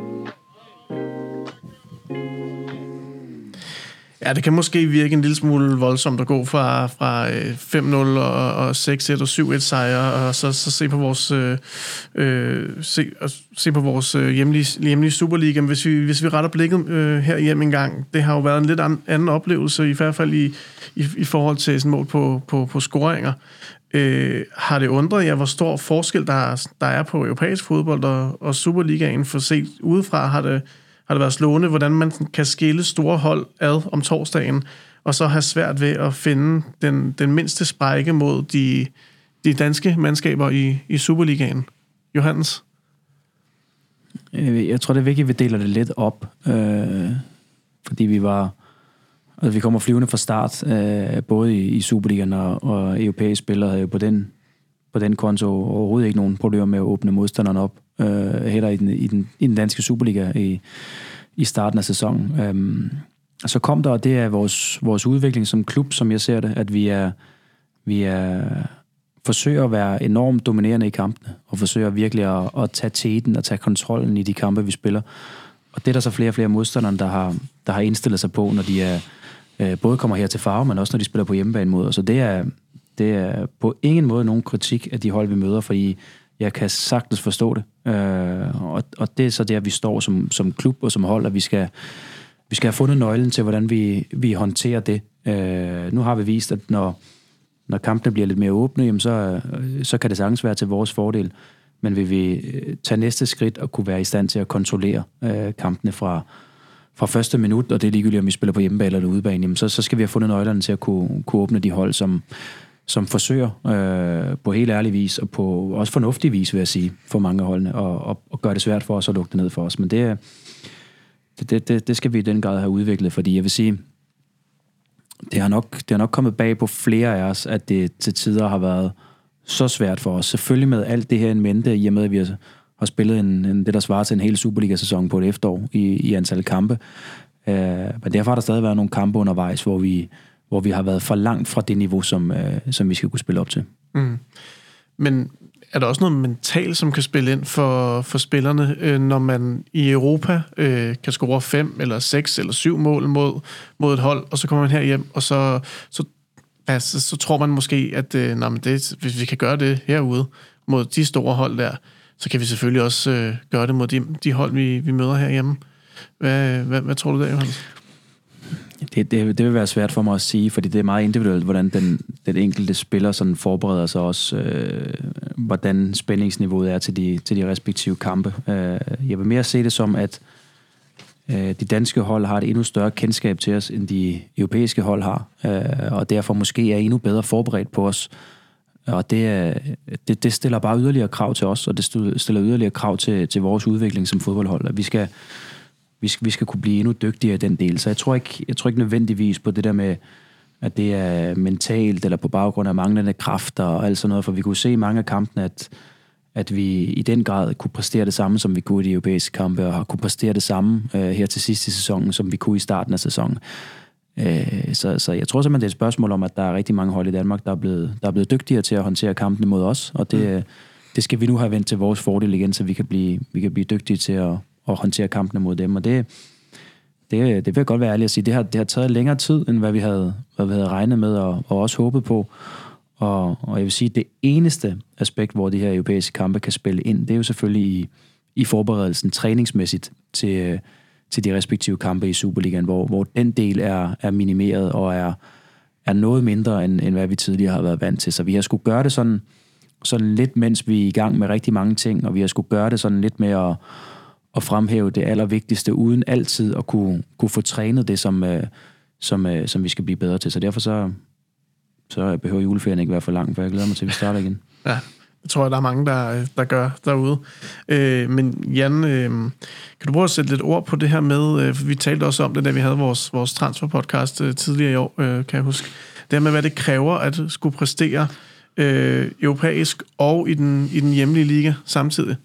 Ja, det kan måske virke en lille smule voldsomt at gå fra, fra fem nul og, og seks et og syv et sejre, og så, så se på vores, øh, se, se på vores hjemlige, hjemlige Superliga. Men hvis vi, hvis vi retter blikket øh, her hjem en gang, det har jo været en lidt an, anden oplevelse, i hvert fald i, i, i forhold til sådan mål på, på, på scoringer. Øh, har det undret jer, hvor stor forskel der, der er på europæisk fodbold og, og Superligaen, for set udefra har det har det været slående, hvordan man kan skille store hold ad om torsdagen, og så have svært ved at finde den, den mindste sprække mod de, de danske mandskaber i, i Superligaen. Johannes? Jeg tror, det er vigtigt, at vi deler det lidt op, øh, fordi vi var, altså vi kommer flyvende fra start, øh, både i, i Superligaen og, og europæiske spillere havde jo på den, på den konto overhovedet ikke nogen problemer med at åbne modstanderne op. Uh, heller i den, i, den, i den danske Superliga i, i starten af sæsonen. Um, og så kom der, og det er vores, vores udvikling som klub, som jeg ser det, at vi er, vi er forsøger at være enormt dominerende i kampene, og forsøger virkelig at, at tage teten og tage kontrollen i de kampe, vi spiller. Og det er der så flere og flere modstandere, der har, der har indstillet sig på, når de er, uh, både kommer her til Farve, men også når de spiller på hjemmebane mod os. Så det er, det er på ingen måde nogen kritik af de hold, vi møder, fordi jeg kan sagtens forstå det. Øh, og, og det er så der, vi står som, som klub og som hold, at vi skal, vi skal have fundet nøglen til, hvordan vi, vi håndterer det. Øh, nu har vi vist, at når, når kampene bliver lidt mere åbne, jamen så, så kan det sagtens være til vores fordel. Men vil vi tage næste skridt og kunne være i stand til at kontrollere øh, kampene fra, fra første minut, og det er ligegyldigt, om vi spiller på hjemmebane eller udebane, jamen så, så skal vi have fundet nøglerne til at kunne, kunne åbne de hold, som som forsøger øh, på helt ærlig vis, og på også fornuftig vis, vil jeg sige, for mange af holdene, og, og, og gøre det svært for os at lukke det ned for os. Men det, det, det, det skal vi i den grad have udviklet, fordi jeg vil sige, det har nok, det har nok kommet bag på flere af os, at det til tider har været så svært for os. Selvfølgelig med alt det her en mente, i og med, at vi har, har spillet en, en, det, der svarer til en hel Superliga-sæson på et efterår i, i antal kampe. Øh, men derfor har der stadig været nogle kampe undervejs, hvor vi hvor vi har været for langt fra det niveau, som, øh, som vi skal kunne spille op til. Mm. Men er der også noget mentalt, som kan spille ind for, for spillerne, øh, når man i Europa øh, kan score fem eller seks eller syv mål mod, mod et hold, og så kommer man her hjem, og så, så, altså, så tror man måske, at øh, nej, men det, hvis vi kan gøre det herude mod de store hold der, så kan vi selvfølgelig også øh, gøre det mod de, de hold, vi, vi møder herhjemme. Hvad, hvad, hvad tror du der, Johannes? Det, det, det vil være svært for mig at sige, fordi det er meget individuelt, hvordan den, den enkelte spiller sådan forbereder sig også, øh, hvordan spændingsniveauet er til de, til de respektive kampe. Øh, jeg vil mere se det som, at øh, de danske hold har et endnu større kendskab til os, end de europæiske hold har, øh, og derfor måske er endnu bedre forberedt på os. Og det, det, det stiller bare yderligere krav til os, og det stiller yderligere krav til, til vores udvikling som fodboldhold, at vi skal Vi skal, vi skal kunne blive endnu dygtigere i den del. Så jeg tror, ikke, jeg tror ikke nødvendigvis på det der med, at det er mentalt, eller på baggrund af manglende kræfter og alt sådan noget, for vi kunne se i mange af kampene, at, at vi i den grad kunne præstere det samme, som vi kunne i de europæiske kampe, og har kunne præstere det samme øh, her til sidst i sæsonen, som vi kunne i starten af sæsonen. Øh, så, så jeg tror simpelthen, det er et spørgsmål om, at der er rigtig mange hold i Danmark, der er blevet, der er blevet dygtigere til at håndtere kampene mod os, og det, mm. det skal vi nu have vendt til vores fordel igen, så vi kan blive, vi kan blive dygtige til at og håndtere kampene mod dem, og det, det, det vil jeg godt være ærlig at sige, det har, det har taget længere tid, end hvad vi havde, hvad vi havde regnet med, og, og også håbet på, og, og jeg vil sige, det eneste aspekt, hvor de her europæiske kampe kan spille ind, det er jo selvfølgelig i, i forberedelsen træningsmæssigt til, til de respektive kampe i Superligaen, hvor, hvor den del er, er minimeret, og er, er noget mindre, end, end hvad vi tidligere har været vant til, så vi har skulle gøre det sådan sådan lidt, mens vi er i gang med rigtig mange ting, og vi har skulle gøre det sådan lidt med at, at fremhæve det allervigtigste, uden altid at kunne, kunne få trænet det, som, som, som vi skal blive bedre til. Så derfor så, så behøver juleferien ikke være for lang, for jeg glæder mig til, at vi starter igen. Ja, det tror jeg, der er mange, der, der gør derude. Øh, men Jan, øh, kan du prøve at sætte lidt ord på det her med, øh, for vi talte også om det, da vi havde vores, vores transferpodcast øh, tidligere i år, øh, kan jeg huske. Det her med, hvad det kræver at skulle præstere øh, europæisk og i den, i den hjemlige liga samtidig.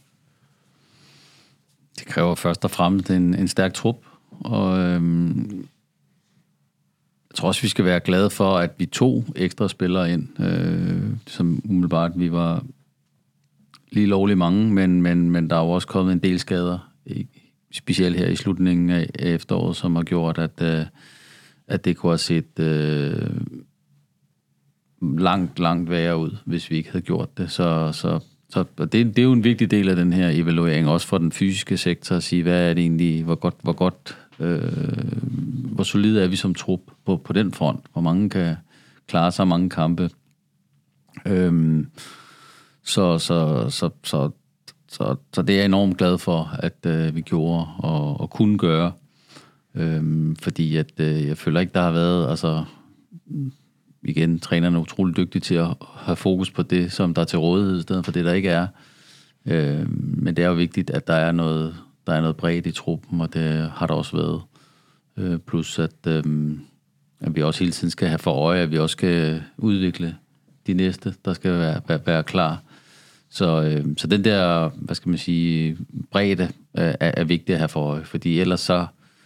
Det kræver først og fremmest en, en stærk trup, og øhm, jeg tror også, vi skal være glade for, at vi tog ekstra spillere ind, øh, som umiddelbart vi var lige lovligt mange, men, men, men der er jo også kommet en del skader, specielt her i slutningen af efteråret, som har gjort, at, øh, at det kunne have set øh, langt, langt værre ud, hvis vi ikke havde gjort det. Så, så, så det, det er jo en vigtig del af den her evaluering, også for den fysiske sektor, at sige, hvad er det egentlig, hvor godt, hvor godt øh, hvor solide er vi som trup på, på den front, hvor mange kan klare sig mange kampe. Øhm, så, så, så, så, så, så det er jeg enormt glad for, at øh, vi gjorde og, og kunne gøre. Øhm, fordi at, øh, jeg føler ikke, der har været, altså igen, trænerne er utrolig dygtige til at have fokus på det, som der er til rådighed, i stedet for det, der ikke er. Øhm, men det er jo vigtigt, at der er noget, der er noget bredt i truppen, og det har der også været. Øh, plus at, øh, at vi også hele tiden skal have for øje, at vi også skal udvikle de næste, der skal være, være, være klar. Så, øh, så den der, hvad skal man sige, bredde er, er vigtigt at have for øje, fordi ellers så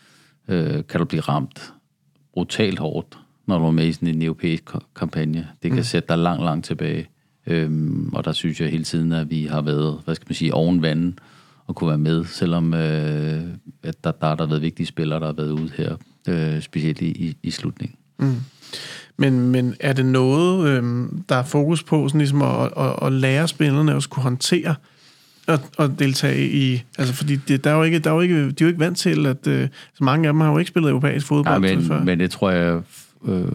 øh, kan du blive ramt brutalt hårdt, når du er med i sådan en europæisk kampagne. Det kan mm. sætte dig langt, langt tilbage. Øhm, og der synes jeg hele tiden, at vi har været, hvad skal man sige, oven vandet og kunne være med, selvom øh, at der, der, der har været vigtige spillere, der har været ude her, øh, specielt i, i slutningen. Mm. Men, men er det noget, øh, der er fokus på, sådan ligesom at, at, at lære spillerne at skulle håndtere og, og deltage i, altså fordi det, der er jo ikke, der er jo ikke, de er jo ikke vant til, at øh, så mange af dem har jo ikke spillet europæisk fodbold. Ja, men, før. men det tror jeg, øh,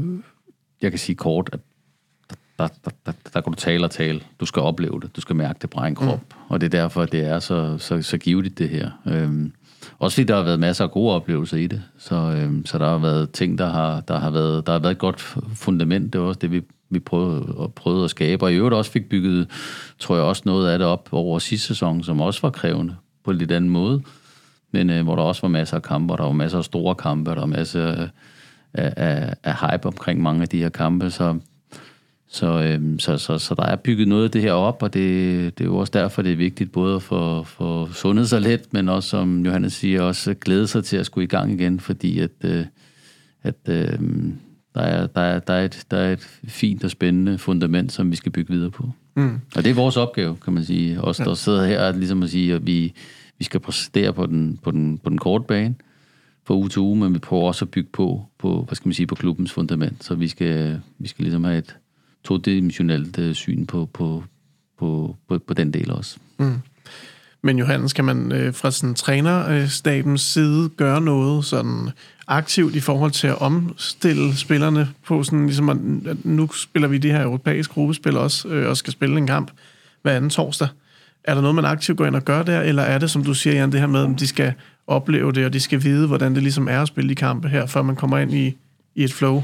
jeg kan sige kort, at Der, der, der, der kan du tale og tale. Du skal opleve det. Du skal mærke det på egen krop. Mm. Og det er derfor, det er så, så, så givetigt, det her. Øhm, også fordi der har været masser af gode oplevelser i det. Så, øhm, så der har været ting, der har, der har været, der har været et godt fundament. Det var også det, vi, vi prøvede, prøvede at skabe. Og i øvrigt også fik bygget, tror jeg, også noget af det op over sidste sæson, som også var krævende på en lidt anden måde. Men øh, hvor der også var masser af kampe, og der var masser af store kampe, og der var masser af, af, af hype omkring mange af de her kampe. Så Så, øhm, så, så, så der er bygget noget af det her op, og det, det er jo også derfor, det er vigtigt både for, for sundet sig let, men også, som Johannes siger, også glæde sig til at skulle i gang igen, fordi at, øh, at øh, der, er, der, er, der, er et, der er et fint og spændende fundament, som vi skal bygge videre på. Mm. Og det er vores opgave, kan man sige. Os, der ja. sidder her, er ligesom at sige, at vi, vi skal præstere på den, på den, på den korte bane, på uge til uge, men vi prøver også at bygge på, på, hvad skal man sige, på klubbens fundament, så vi skal, vi skal ligesom have et todimensionelt øh, syn på, på, på, på, på den del også. Mm. Men Johannes, kan man øh, fra sådan trænerstabens side gøre noget sådan aktivt i forhold til at omstille spillerne på sådan ligesom, at, at nu spiller vi det her europæiske gruppespil også, øh, og skal spille en kamp hver anden torsdag. Er der noget, man aktivt går ind og gør der, eller er det, som du siger, Jan, det her med, at de skal opleve det, og de skal vide, hvordan det ligesom er at spille de kampe her, før man kommer ind i, i et flow?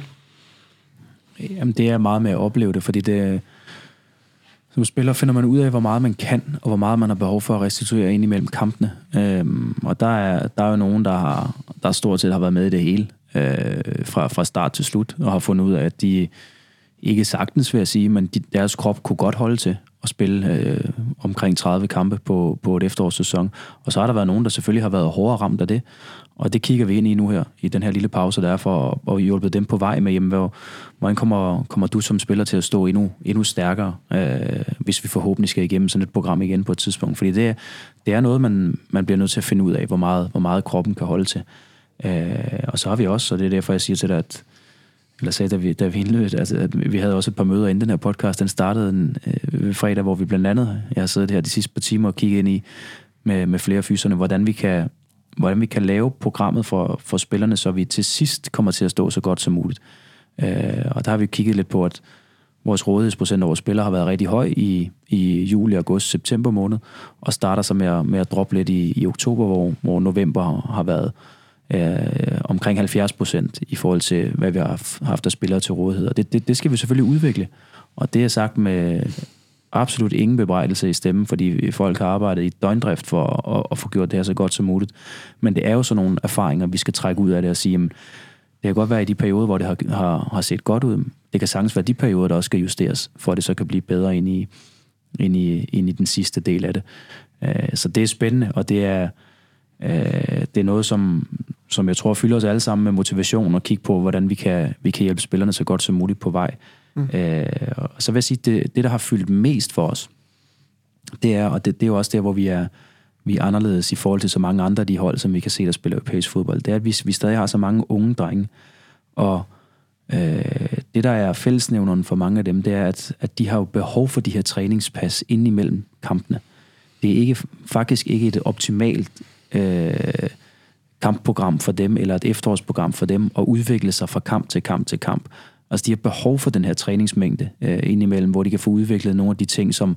Jamen, det er meget med at opleve det, fordi det, som spiller finder man ud af, hvor meget man kan, og hvor meget man har behov for at restituere ind imellem kampene. Øhm, og der er, der er jo nogen, der, har, der stort set har været med i det hele, øh, fra, fra start til slut, og har fundet ud af, at de ikke sagtens, vil jeg sige, men de, deres krop kunne godt holde til at spille øh, omkring tredive kampe på, på et efterårssæson. Og så har der været nogen, der selvfølgelig har været hårdere ramt af det, og det kigger vi ind i nu her, i den her lille pause, der er for at, at hjælpe dem på vej med, jamen, hvor, hvordan kommer, kommer du som spiller til at stå endnu, endnu stærkere, øh, hvis vi forhåbentlig skal igennem sådan et program igen på et tidspunkt. Fordi det, det er noget, man, man bliver nødt til at finde ud af, hvor meget, hvor meget kroppen kan holde til. Øh, og så har vi også, og det er derfor, jeg siger til dig, at eller sagde, da vi, da vi indløbte, altså, at vi havde også et par møder inden den her podcast. Den startede en, øh, fredag, hvor vi blandt andet, jeg har siddet her de sidste par timer og kigget ind i med, med flere fyserne, hvordan vi kan hvordan vi kan lave programmet for, for spillerne, så vi til sidst kommer til at stå så godt som muligt. Øh, og der har vi kigget lidt på, at vores rådighedsprocent af vores spillere har været rigtig høj i, i juli, august, september måned, og starter så med at, med at droppe lidt i, i oktober, hvor, hvor november har været øh, omkring halvfjerds procent i forhold til, hvad vi har haft af spillere til rådighed. Og det, det, det skal vi selvfølgelig udvikle. Og det er sagt med absolut ingen bebrejdelse i stemmen, fordi folk har arbejdet i døgndrift for at, at få gjort det her så godt som muligt. Men det er jo sådan nogle erfaringer, vi skal trække ud af det og sige, jamen, det kan godt være i de perioder, hvor det har, har, har set godt ud. Det kan sagtens være de perioder, der også skal justeres, for at det så kan blive bedre ind i, ind i, ind i den sidste del af det. Så det er spændende, og det er, det er noget, som, som jeg tror fylder os alle sammen med motivation og kigge på, hvordan vi kan, vi kan hjælpe spillerne så godt som muligt på vej. Mm. Og så vil jeg sige, det, det der har fyldt mest for os, det er, og det, det er jo også der, hvor vi er, vi er anderledes i forhold til så mange andre af de hold, som vi kan se, der spiller europæisk fodbold. Det er, at vi, vi stadig har så mange unge drenge, og øh, det, der er fællesnævneren for mange af dem, det er, at, at de har jo behov for de her træningspas ind imellem kampene. Det er ikke, faktisk ikke et optimalt øh, kampprogram for dem, eller et efterårsprogram for dem, at udvikle sig fra kamp til kamp til kamp. Altså, de har behov for den her træningsmængde øh, indimellem, hvor de kan få udviklet nogle af de ting, som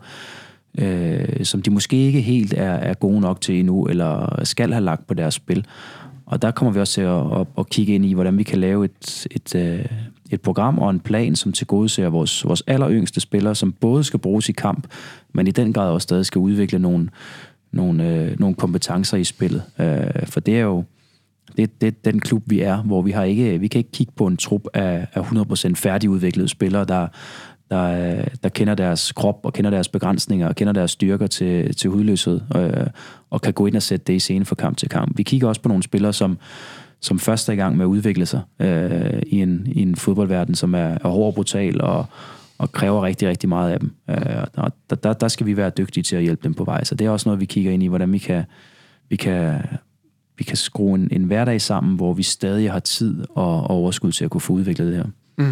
Øh, som de måske ikke helt er, er gode nok til endnu, eller skal have lagt på deres spil. Og der kommer vi også til at, at, at kigge ind i, hvordan vi kan lave et, et, et, et program og en plan, som tilgodeser vores, vores alleryngste spillere, som både skal bruges i kamp, men i den grad også stadig skal udvikle nogle, nogle, øh, nogle kompetencer i spillet. Øh, for det er jo det, det den klub, vi er, hvor vi har ikke vi kan ikke kigge på en trup af, af hundrede procent færdigudviklede spillere, der Der, der kender deres krop og kender deres begrænsninger og kender deres styrker til, til hudløshed øh, og kan gå ind og sætte det i scene fra kamp til kamp. Vi kigger også på nogle spillere, som, som først er i gang med at udvikle sig øh, i, en, i en fodboldverden, som er, er hård og brutal og, og kræver rigtig, rigtig meget af dem. Øh, og der, der skal vi være dygtige til at hjælpe dem på vej. Så det er også noget, vi kigger ind i, hvordan vi kan, vi kan, vi kan skrue en, en hverdag sammen, hvor vi stadig har tid og overskud til at kunne få udviklet det her. Mm.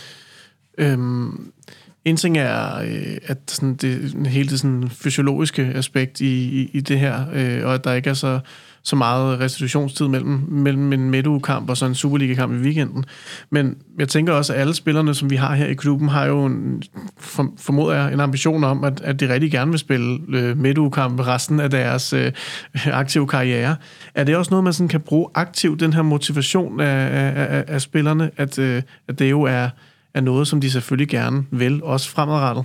Øhm, en ting er, øh, at sådan det, hele det sådan fysiologiske aspekt i, i, i det her, øh, og at der ikke er så, så meget restitutionstid mellem, mellem en midtugekamp og så en Superliga-kamp i weekenden. Men jeg tænker også, at alle spillerne, som vi har her i klubben, har jo en, for, formoder jeg, en ambition om, at, at de rigtig gerne vil spille øh, midtugekamp resten af deres øh, aktive karriere. Er det også noget, man sådan kan bruge aktivt, den her motivation af, af, af, af spillerne, at, øh, at det jo er er noget, som de selvfølgelig gerne vil, også fremadrettet?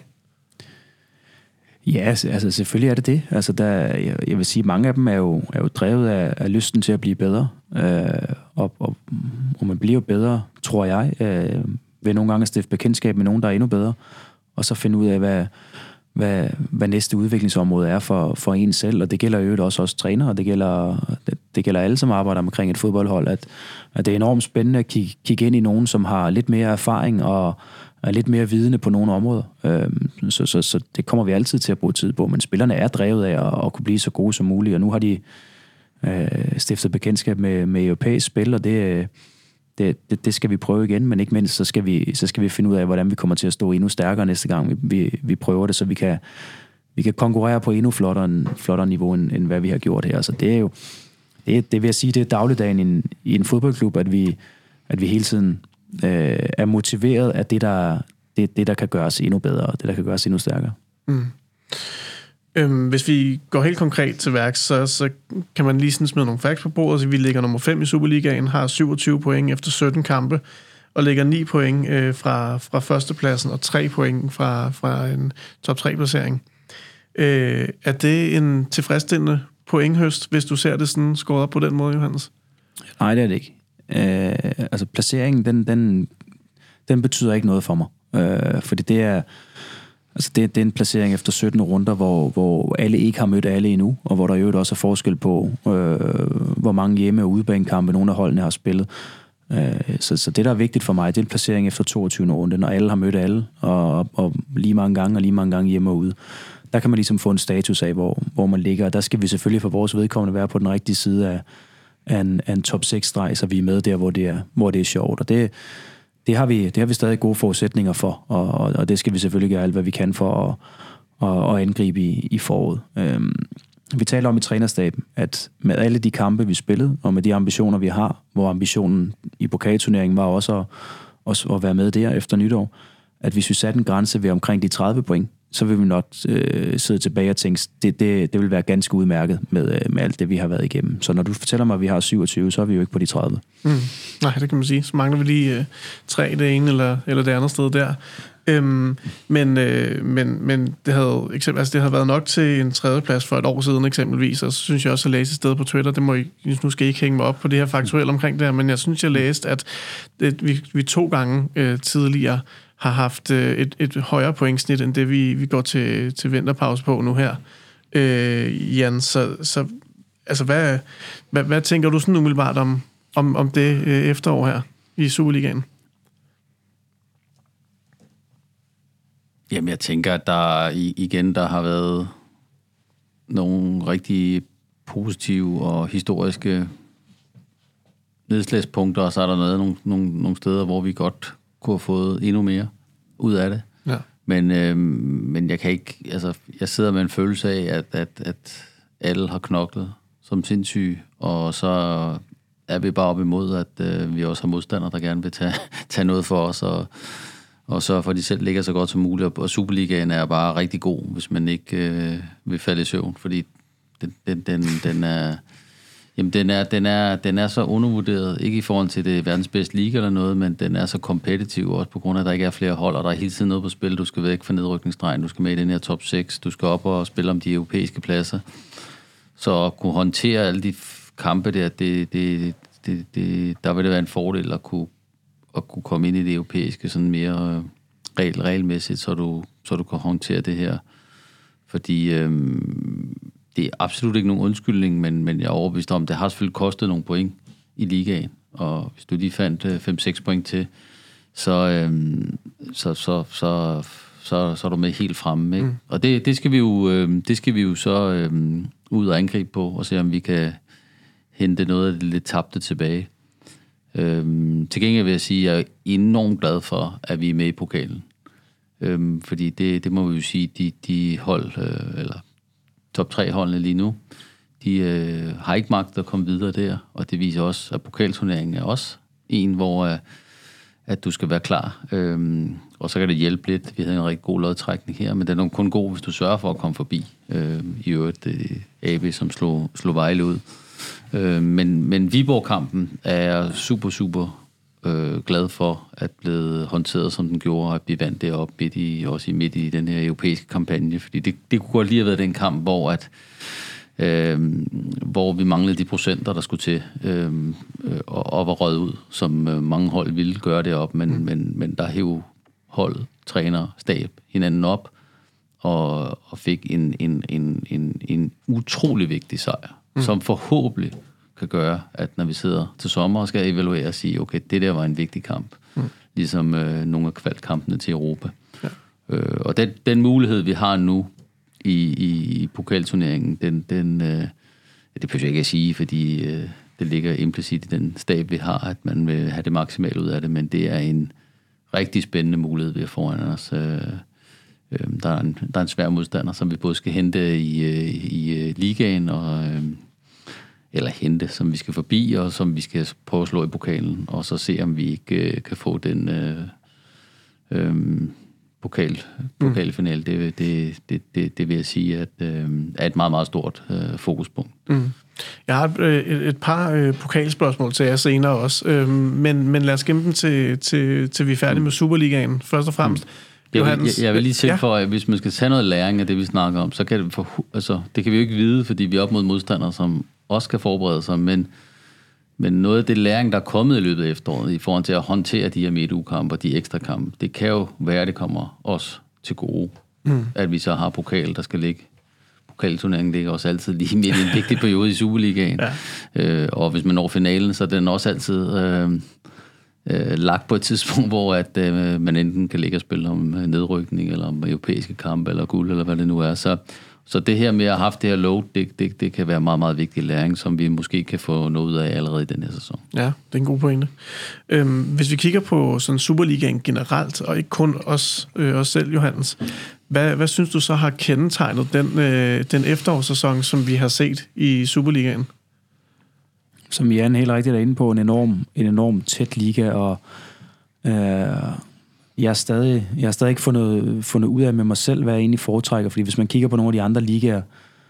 Ja, altså selvfølgelig er det det. Altså, der, jeg vil sige, mange af dem er jo, er jo drevet af, af lysten til at blive bedre. Øh, og, og, og man bliver jo bedre, tror jeg, øh, ved nogle gange at stifte bekendtskab med nogen, der er endnu bedre, og så finde ud af, hvad, hvad, hvad næste udviklingsområde er for, for en selv. Og det gælder jo også os trænere, og det gælder, det, det gælder alle, som arbejder omkring et fodboldhold, at, at det er enormt spændende at kigge, kigge ind i nogen, som har lidt mere erfaring og er lidt mere vidende på nogle områder. Øhm, så, så, så det kommer vi altid til at bruge tid på, men spillerne er drevet af at, at kunne blive så gode som muligt, og nu har de øh, stiftet bekendtskab med, med europæisk spil, og det, det, det, det skal vi prøve igen, men ikke mindst, så skal, vi, så skal vi finde ud af, hvordan vi kommer til at stå endnu stærkere næste gang, vi, vi, vi prøver det, så vi kan, vi kan konkurrere på endnu flottere, flottere niveau, end, end hvad vi har gjort her. Så det er jo, det, det vil jeg sige, det er dagligdagen i en, i en fodboldklub, at vi, at vi hele tiden øh, er motiveret af det der, det, det, der kan gøres endnu bedre, og det, der kan gøres endnu stærkere. Mm. Øhm, hvis vi går helt konkret til værks, så, så kan man lige sådan smide nogle facts på bordet. Så vi ligger nummer fem i Superligaen, har syvogtyve point efter sytten kampe, og ligger ni point øh, fra, fra førstepladsen, og tre point fra, fra en top tre placering. Øh, er det en tilfredsstillende pointhøst, hvis du ser det sådan skåret op på den måde, Johannes? Nej, det er det ikke. Øh, altså placeringen, den, den, den betyder ikke noget for mig. Øh, fordi det er, altså det, det er en placering efter sytten runder, hvor, hvor alle ikke har mødt alle endnu, og hvor der jo også er forskel på, øh, hvor mange hjemme- og udebanekampe nogle af holdene har spillet. Øh, så, så det, der er vigtigt for mig, det er en placering efter toogtyvende runde, når alle har mødt alle, og, og lige mange gange, og lige mange gange hjemme og ude. Der kan man ligesom få en status af, hvor, hvor man ligger, og der skal vi selvfølgelig for vores vedkommende være på den rigtige side af, af, en, af en top seks-streg, så vi er med der, hvor det er, hvor det er sjovt. Og det, det, har vi, det har vi stadig gode forudsætninger for, og, og, og det skal vi selvfølgelig gøre alt, hvad vi kan for at, og, og angribe i, i foråret. Øhm, vi taler om i trænerstaben, at med alle de kampe, vi spillede, og med de ambitioner, vi har, hvor ambitionen i pokalturneringen var også at, også at være med der efter nytår, at hvis vi satte en grænse ved omkring de tredive point, så vil vi nok øh, sidde tilbage og tænke, det, det, det vil være ganske udmærket med, øh, med alt det, vi har været igennem. Så når du fortæller mig, at vi har syvogtyve, så er vi jo ikke på de tredive. Mm. Nej, det kan man sige. Så mangler vi lige øh, tre det ene eller, eller det andet sted der. Øhm, men, øh, men, men det havde, eksempel, altså det havde været nok til en tredjeplads for et år siden eksempelvis, og så synes jeg også, at læse et sted på Twitter, det må I, nu skal I ikke hænge mig op på det her faktuelle omkring det her, men jeg synes, jeg læste, at det, vi, vi to gange øh, tidligere har haft øh, et, et højere pointsnit, end det vi, vi går til, til vinterpause på nu her. Øh, Jan, så, så altså, hvad, hvad, hvad tænker du sådan umiddelbart om, om, om det øh, efterår her i Superligaen? Jamen, jeg tænker, at der igen, der har været nogle rigtig positive og historiske nedslagspunkter, og så er der noget, nogle, nogle, nogle steder, hvor vi godt kunne have fået endnu mere ud af det. Ja. Men, øh, men jeg kan ikke, altså, jeg sidder med en følelse af, at, at, at alle har knoklet som sindssyge, og så er vi bare op imod, at øh, vi også har modstandere, der gerne vil tage, tage noget for os, og og så for de selv ligger så godt som muligt, og Superligaen er bare rigtig god, hvis man ikke øh, vil falde i søvn, fordi den, den, den, den, er, jamen den, er, den, er, den er så undervurderet, ikke i forhold til det verdens bedste liga eller noget, men den er så kompetitiv, også på grund af, at der ikke er flere hold, og der er hele tiden noget på spil. Du skal væk fra nedrykningsstregen, du skal med i den her top seks, du skal op og spille om de europæiske pladser. Så at kunne håndtere alle de kampe der, det, det, det, det, der vil det være en fordel at kunne at kunne komme ind i det europæiske sådan mere regel, regelmæssigt, så du, så du kan håndtere det her. Fordi øhm, det er absolut ikke nogen undskyldning, men, men jeg er overbevist om, det har selvfølgelig kostet nogle point i ligaen, og hvis du lige fandt øh, fem seks point til, så, øhm, så, så, så, så, så er du med helt fremme. Ikke? Mm. Og det, det, skal vi jo, øh, det skal vi jo så øh, ud og angribe på, og se om vi kan hente noget af det lidt tabte tilbage. Øhm, til gengæld vil jeg sige, at jeg er enormt glad for, at vi er med i pokalen. Øhm, fordi det, det må vi jo sige, de, de hold, øh, eller top tre holdene lige nu, de øh, har ikke magt at komme videre der, og det viser også, at pokalturneringen er også en, hvor øh, at du skal være klar. Øhm, og så kan det hjælpe lidt. Vi havde en rigtig god lodtrækning her, men den er kun god, hvis du sørger for at komme forbi. Øhm, I øvrigt øh, A B, som slog, slog Vejle ud. Øh, men, men Viborg-kampen er jeg super, super øh, glad for, at blive håndteret, som den gjorde, at blive vandt deroppe midt i, også i midt i den her europæiske kampagne. Fordi det, det kunne godt lige have været den kamp, hvor, at, øh, hvor vi manglede de procenter, der skulle til, øh, og, og var røget ud, som øh, mange hold ville gøre deroppe. Men, mm. men, men der hæv hold, træner, stab hinanden op, og, og fik en, en, en, en, en utrolig vigtig sejr. Mm. Som forhåbentlig kan gøre, at når vi sidder til sommer og skal evaluere og sige, okay, det der var en vigtig kamp, mm. ligesom øh, nogle af kvaltkampene til Europa. Ja. Øh, og den, den mulighed, vi har nu i, i, i pokalturneringen, den, den øh, det behøver jeg ikke at sige, fordi øh, det ligger implicit i den stab, vi har, at man vil have det maksimalt ud af det, men det er en rigtig spændende mulighed, vi har foran os. Øh, Der er, en, der er en svær modstander, som vi både skal hente i, i, i ligaen, og, eller hente, som vi skal forbi, og som vi skal prøve at slå i pokalen, og så se, om vi ikke kan få den øh, øh, pokal, pokalfinale. Det, det, det, det, det vil jeg sige, at øh, er et meget, meget stort øh, fokuspunkt. Mm. Jeg har et, et par øh, pokalspørgsmål til jer senere også, øh, men, men lad os gemme dem til, til, til vi er færdige med Superligaen, først og fremmest. Mm. Jeg vil, jeg, jeg vil lige tilføje, ja. At hvis man skal tage noget læring af det, vi snakker om, så kan det, for, altså, det kan vi jo ikke vide, fordi vi er op mod modstandere, som også kan forberede sig, men, men noget af det læring, der er kommet i løbet af efteråret, i forhold til at håndtere de her midtugekampe og de ekstra kampe, det kan jo være, at det kommer os til gode, mm. at vi så har pokal, der skal ligge. Pokalturneringen ligger også altid lige midt i en vigtig periode i Superligaen, ja. øh, og hvis man når finalen, så er den også altid... Øh, Øh, lagt på et tidspunkt, hvor at, øh, man enten kan ligge og spille om nedrykning, eller om europæiske kampe, eller guld, eller hvad det nu er. Så, så det her med at have haft det her load, det, det, det kan være meget, meget vigtig læring, som vi måske kan få noget ud af allerede i den her sæson. Ja, det er en god pointe. Øhm, hvis vi kigger på sådan Superligaen generelt, og ikke kun os, øh, os selv, Johannes, hvad, hvad synes du så har kendetegnet den, øh, den efterårssæson, som vi har set i Superligaen? Som Jan helt rigtigt er inde på, en enorm, en enorm tæt liga, og øh, jeg er stadig, jeg har stadig ikke fundet, fundet ud af med mig selv, hvad jeg egentlig foretrækker, fordi hvis man kigger på nogle af de andre ligaer,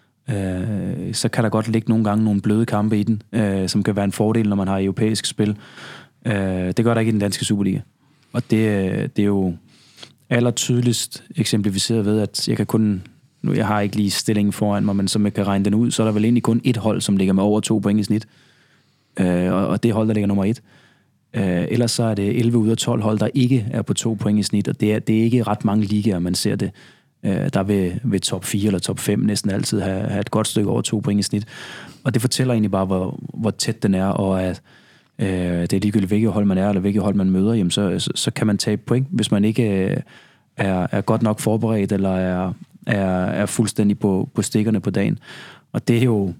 øh, så kan der godt ligge nogle gange nogle bløde kampe i den, øh, som kan være en fordel, når man har europæisk spil. Øh, det gør der ikke i den danske Superliga. Og det, det er jo allertydeligst eksemplificeret ved, at jeg kan kun, nu jeg har ikke lige stillingen foran mig, men som jeg kan regne den ud, så er der vel egentlig kun et hold, som ligger med over to point i snit. Øh, og, og det hold, der ligger nummer et. Øh, ellers så er det elleve ud af tolv hold, der ikke er på to point i snit, og det er, det er ikke ret mange ligaer, man ser det. Øh, der vil, vil top fire eller top fem næsten altid have, have et godt stykke over to point i snit. Og det fortæller egentlig bare, hvor, hvor tæt den er, og at øh, det er ligegyldigt, hvilket hold man er, eller hvilket hold man møder, jamen så, så, så kan man tabe point, hvis man ikke øh, er, er godt nok forberedt, eller er, er, er fuldstændig på, på stikkerne på dagen. Og det er jo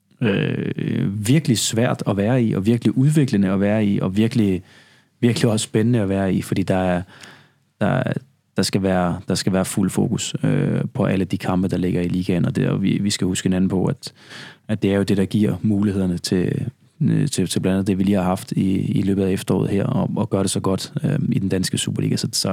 øh, virkelig svært at være i, og virkelig udviklende at være i, og virkelig, virkelig også spændende at være i, fordi der er, der, der skal være, der skal være fuld fokus øh, på alle de kampe, der ligger i ligaen, og, det, og vi, vi skal huske hinanden på, at, at det er jo det, der giver mulighederne til, til, til blandt andet det, vi lige har haft i, i løbet af efteråret her, og, og gøre det så godt øh, i den danske Superliga. Så, så,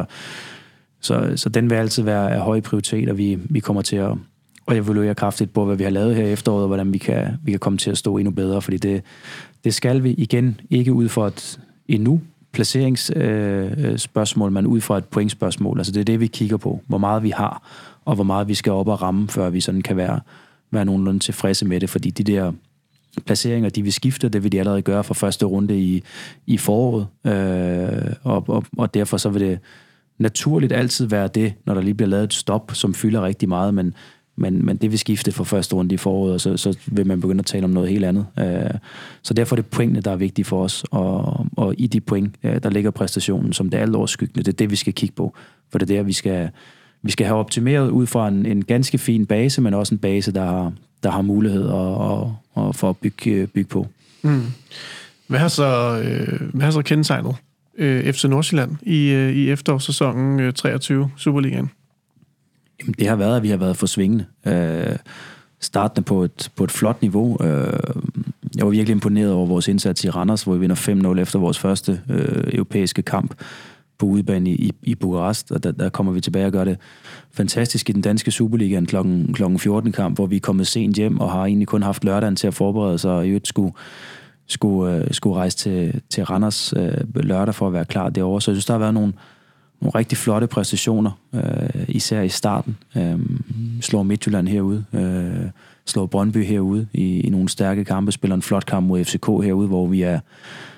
så, så den vil altid være af høj prioritet, og vi, vi kommer til at og evaluere kraftigt på, hvad vi har lavet her i efteråret, og hvordan vi kan, vi kan komme til at stå endnu bedre, fordi det, det skal vi igen ikke ud fra et endnu placeringsspørgsmål, øh, men ud fra et pointspørgsmål. Altså det er det, vi kigger på, hvor meget vi har, og hvor meget vi skal op og ramme, før vi sådan kan være, være nogenlunde tilfredse med det, fordi de der placeringer, de vil skifte, det vil de allerede gøre fra første runde i, i foråret, øh, og, og, og derfor så vil det naturligt altid være det, når der lige bliver lavet et stop, som fylder rigtig meget, men Men, men det vil skifte fra første runde i foråret, og så, så vil man begynde at tale om noget helt andet. Så derfor er det pointene, der er vigtige for os, og, og i de point, der ligger præstationen som det alt overskyggende. Det er det, vi skal kigge på, for det er der, vi skal, vi skal have optimeret ud fra en, en ganske fin base, men også en base, der har, der har mulighed og, og, og for at bygge, bygge på. Mm. Hvad har så, øh, hvad har så kendetegnet øh, F C Nordsjælland i, øh, i efterårssæsonen øh, treogtyve Superligaen? Jamen, det har været, at vi har været for svingende. Øh, startende på et, på et flot niveau. Øh, jeg var virkelig imponeret over vores indsats i Randers, hvor vi vinder fem nul efter vores første øh, europæiske kamp på udebane i, i Bukarest, og der, der kommer vi tilbage og gør det fantastisk i den danske Superliga, en klokken fjorten kamp, hvor vi er kommet sent hjem og har egentlig kun haft lørdagen til at forberede sig, og i øvrigt skulle, skulle, øh, skulle rejse til, til Randers øh, lørdag for at være klar derovre. Så jeg synes, der har været nogle Nogle rigtig flotte præstationer, øh, især i starten. Øh, slår Midtjylland herude, øh, slår Brøndby herude i, i nogle stærke kampe, spiller en flot kamp mod F C K herude, hvor vi er,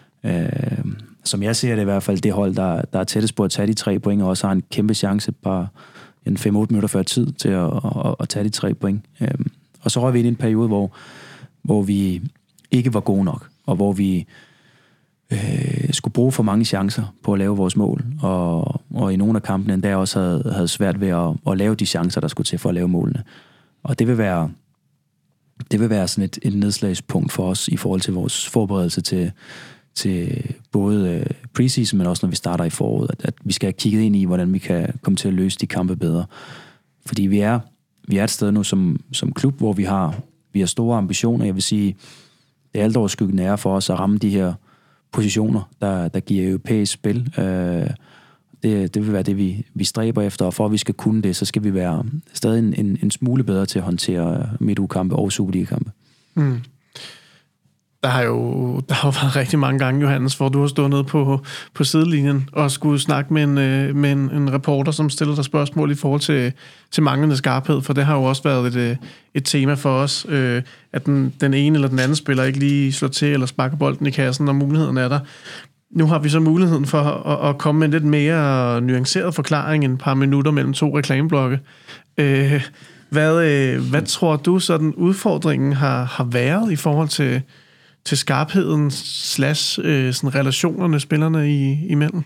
øh, som jeg ser det i hvert fald, det hold, der, der er tættest på at tage de tre point, og også har en kæmpe chance på en fem otte minutter før tid til at, at, at tage de tre point. Øh, og så røg vi ind i en periode, hvor, hvor vi ikke var gode nok, og hvor vi Øh, skulle bruge for mange chancer på at lave vores mål, og, og i nogle af kampene endda også havde, havde svært ved at, at lave de chancer, der skulle til for at lave målene. Og det vil være, det vil være sådan et, et nedslagspunkt for os i forhold til vores forberedelse til, til både preseason, men også når vi starter i foråret, at, at vi skal have kigget ind i, hvordan vi kan komme til at løse de kampe bedre. Fordi vi er, vi er et sted nu som, som klub, hvor vi har, vi har store ambitioner. Jeg vil sige, det er alt overskyggende er for os at ramme de her positioner, der, der giver europæisk spil. Øh, det, det vil være det, vi, vi stræber efter, og for at vi skal kunne det, så skal vi være stadig en, en, en smule bedre til at håndtere midtugekampe og Superliga-kampe. Mm. Der har jo der har jo været rigtig mange gange, Johannes, hvor du har stået nede på, på sidelinjen og skulle snakke med en, med en, en reporter, som stiller dig spørgsmål i forhold til, til manglende skarphed, for det har jo også været et, et tema for os, øh, at den, den ene eller den anden spiller ikke lige slår til eller sparker bolden i kassen, når muligheden er der. Nu har vi så muligheden for at, at komme med en lidt mere nuanceret forklaring en par minutter mellem to reklameblokke. Øh, hvad, øh, hvad tror du, sådan udfordringen har, har været i forhold til til skarpheden slash øh, sådan relationerne spillerne i, imellem?